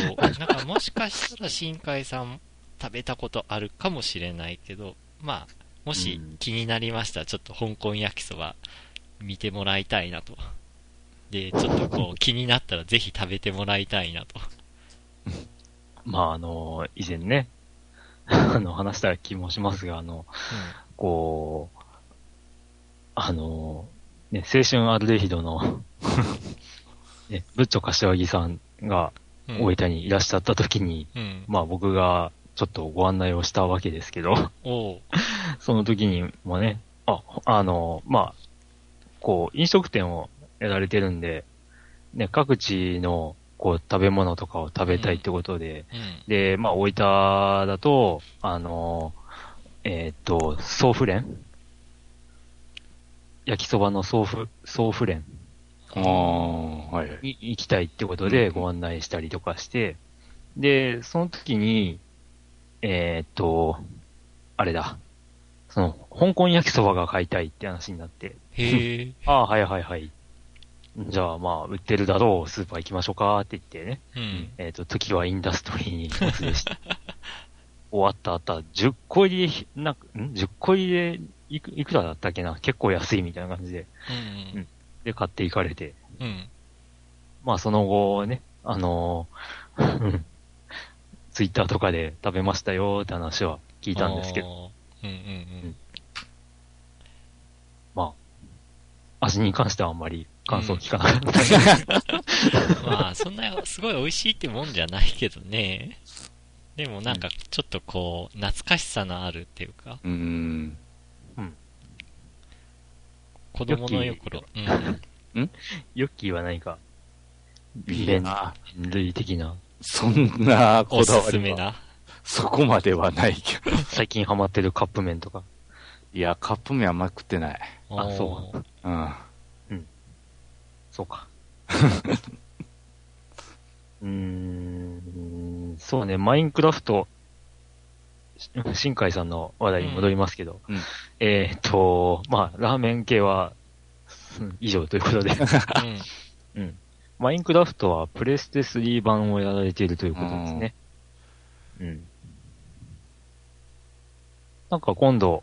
なんかもしかしたら新海さん食べたことあるかもしれないけど、まあ、もし気になりましたら、ちょっと香港焼きそば見てもらいたいなと。で、ちょっとこう気になったらぜひ食べてもらいたいなと。 まあ、あの、以前ね、あの、話した気もしますが、あの、うん、こう、あの、ね、青春アルデヒドの、ね、ブッチョ柏木さんが大分にいらっしゃった時に、うん、まあ僕がちょっとご案内をしたわけですけど、その時にもね、あ、あの、まあ、こう、飲食店をやられてるんで、ね、各地の、こう、食べ物とかを食べたいってことで、うんうん、で、まあ、大分だと、あの、えー、っと、ソーフレン焼きそばのソーフ、ソーフレンに行きたいってことでご案内したりとかして、で、その時に、えー、っと、あれだ、その、香港焼きそばが買いたいって話になって、 へー。 ああ、はいはいはい。じゃあまあ、売ってるだろう、スーパー行きましょうかって言ってね、うん、えっ、ー、と、時はインダストリーにお連れして、終わった後、じゅっこ入りで、なんか、ん ?じゅっ 個入りでいく、いくらだったっけな、結構安いみたいな感じで、うんうん、で、買っていかれて、うん、まあその後ね、あのー、ツイッターとかで食べましたよって話は聞いたんですけど、うんうんうんうん、まあ、味に関してはあんまり感想聞かなかった、 うん、まあ、そんなすごい美味しいってもんじゃないけどね。でもなんかちょっとこう、懐かしさのあるっていうか。うん。うん。子供の頃。 うん。んヨッキーは何か、便類的な。 そんなこだわりは。おすすめな。 そこまではないけど。 最近ハマってるカップ麺とか。 いや、カップ麺あんま食ってない。 あ、そう。うん。うん。そうか。うーん、そうね、マインクラフト、新海さんの話題に戻りますけど、うんうん、えっと、まあ、ラーメン系は、うん、以上ということで、うんうん。マインクラフトはプレステスリー版をやられているということですね。うん。なんか今度、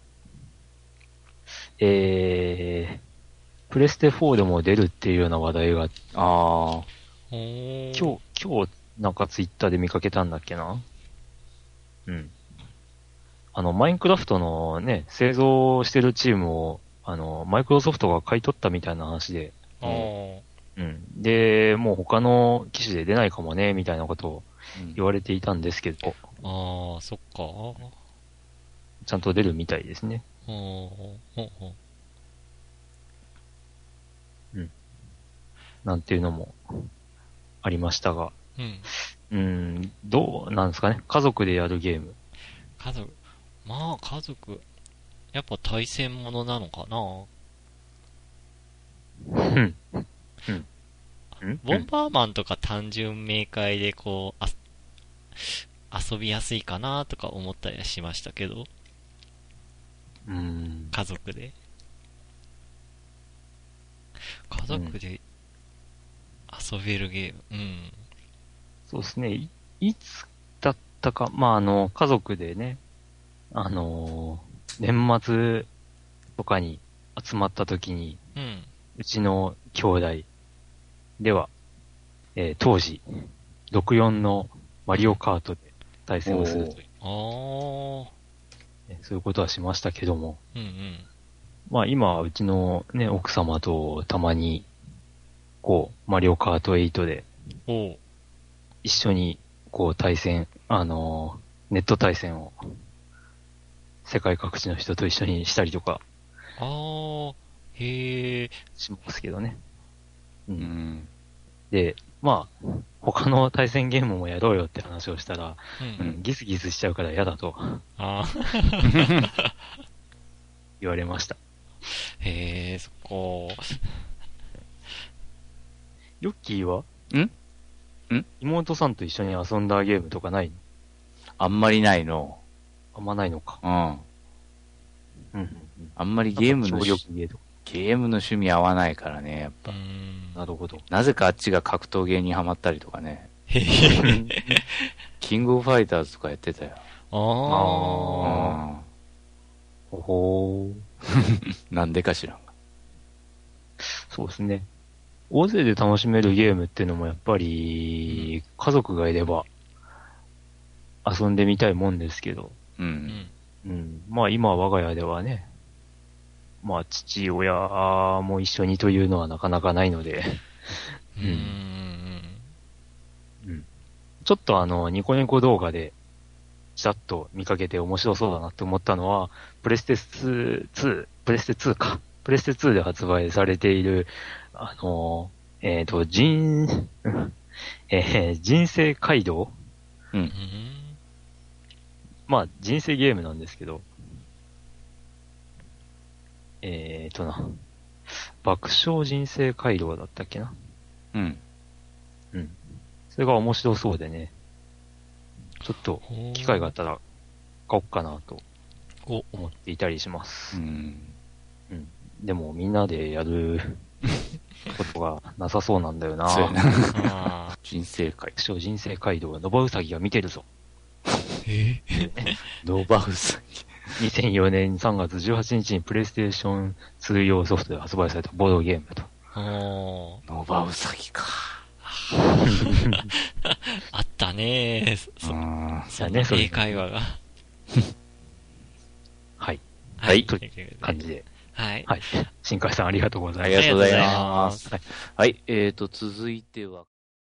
えー、プレステフォーでも出るっていうような話題が、ああ、今日、今日、なんかツイッターで見かけたんだっけな。うん。あの、マインクラフトのね、製造してるチームを、あの、マイクロソフトが買い取ったみたいな話で。うん。うん。で、もう他の機種で出ないかもね、みたいなことを言われていたんですけど。 うん、ああ、そっか。 ちゃんと出るみたいですね。うん。なんていうのもありましたが。うん。うん、どうなんですかね。家族でやるゲーム。 家族、まあ家族、やっぱ対戦ものなのかな。 うん。うん。 ボンバーマンとか単純明快でこう、あ遊びやすいかなとか思ったりはしましたけど。 うん。 家族で。家族で遊べるゲーム。うん。 そうですね。い、いつだったか、まあ、あの、家族でね、あのー、年末とかに集まった時に、うん、うちの兄弟では、えー、当時、ろくじゅうよんのマリオカートで対戦をするという。あそういうことはしましたけども。うんうん、まあ今、うちのね、奥様とたまに、こう、マリオカートエイトで、一緒に、こう、対戦、あのー、ネット対戦を、世界各地の人と一緒にしたりとか、 ああ、へえ、 しますけどね。うん。で、まあ、他の対戦ゲームもやろうよって話をしたら、うんうん、ギスギスしちゃうから嫌だと。あ言われました。 へえ、そこ。 ヨッキーはんん妹さんと一緒に遊んだゲームとかないの？ あんまりないの。 あんまないのか。 うん。うんうん、あんまりゲームの、ゲームの趣味合わないからね、やっぱ。 なるほど。 なぜかあっちが格闘ゲーにハマったりとかね。キングオブファイターズとかやってたよ。ああ。 ほほー。なんでか知らんが。 そうですね。大勢で楽しめるゲームっていうのもやっぱり、家族がいれば遊んでみたいもんですけど。うん。うん。まあ今我が家ではね、まあ父親も一緒にというのはなかなかないので、うん。うん。ちょっとあの、ニコニコ動画で、ちらっと見かけて面白そうだなって思ったのは、プレステツー、プレステツーか。プレステツーで発売されている、あの、えっ、ー、と、人、えー、人生街道うん。まあ、人生ゲームなんですけど、えーとな、爆笑人生街道だったっけな。うん。うん。それが面白そうでね、ちょっと、機会があったら、買おっかなと、思っていたりします。うん。うん。でも、みんなでやることがなさそうなんだよな。そうやな。 人生街道。人生街道は、ノバウサギが見てるぞ。 えー、ノバウサギ。にせんよねんさんがつじゅうはちにちにプレイステーションツー用ソフトで発売されたボードゲームと。 ノバウサギか。 あったねー。そ、そんな英会話が。 はい。はい。という感じで。はい。はい。新海さんありがとうございます。 ありがとうございます。はい。はい、えーと、続いては、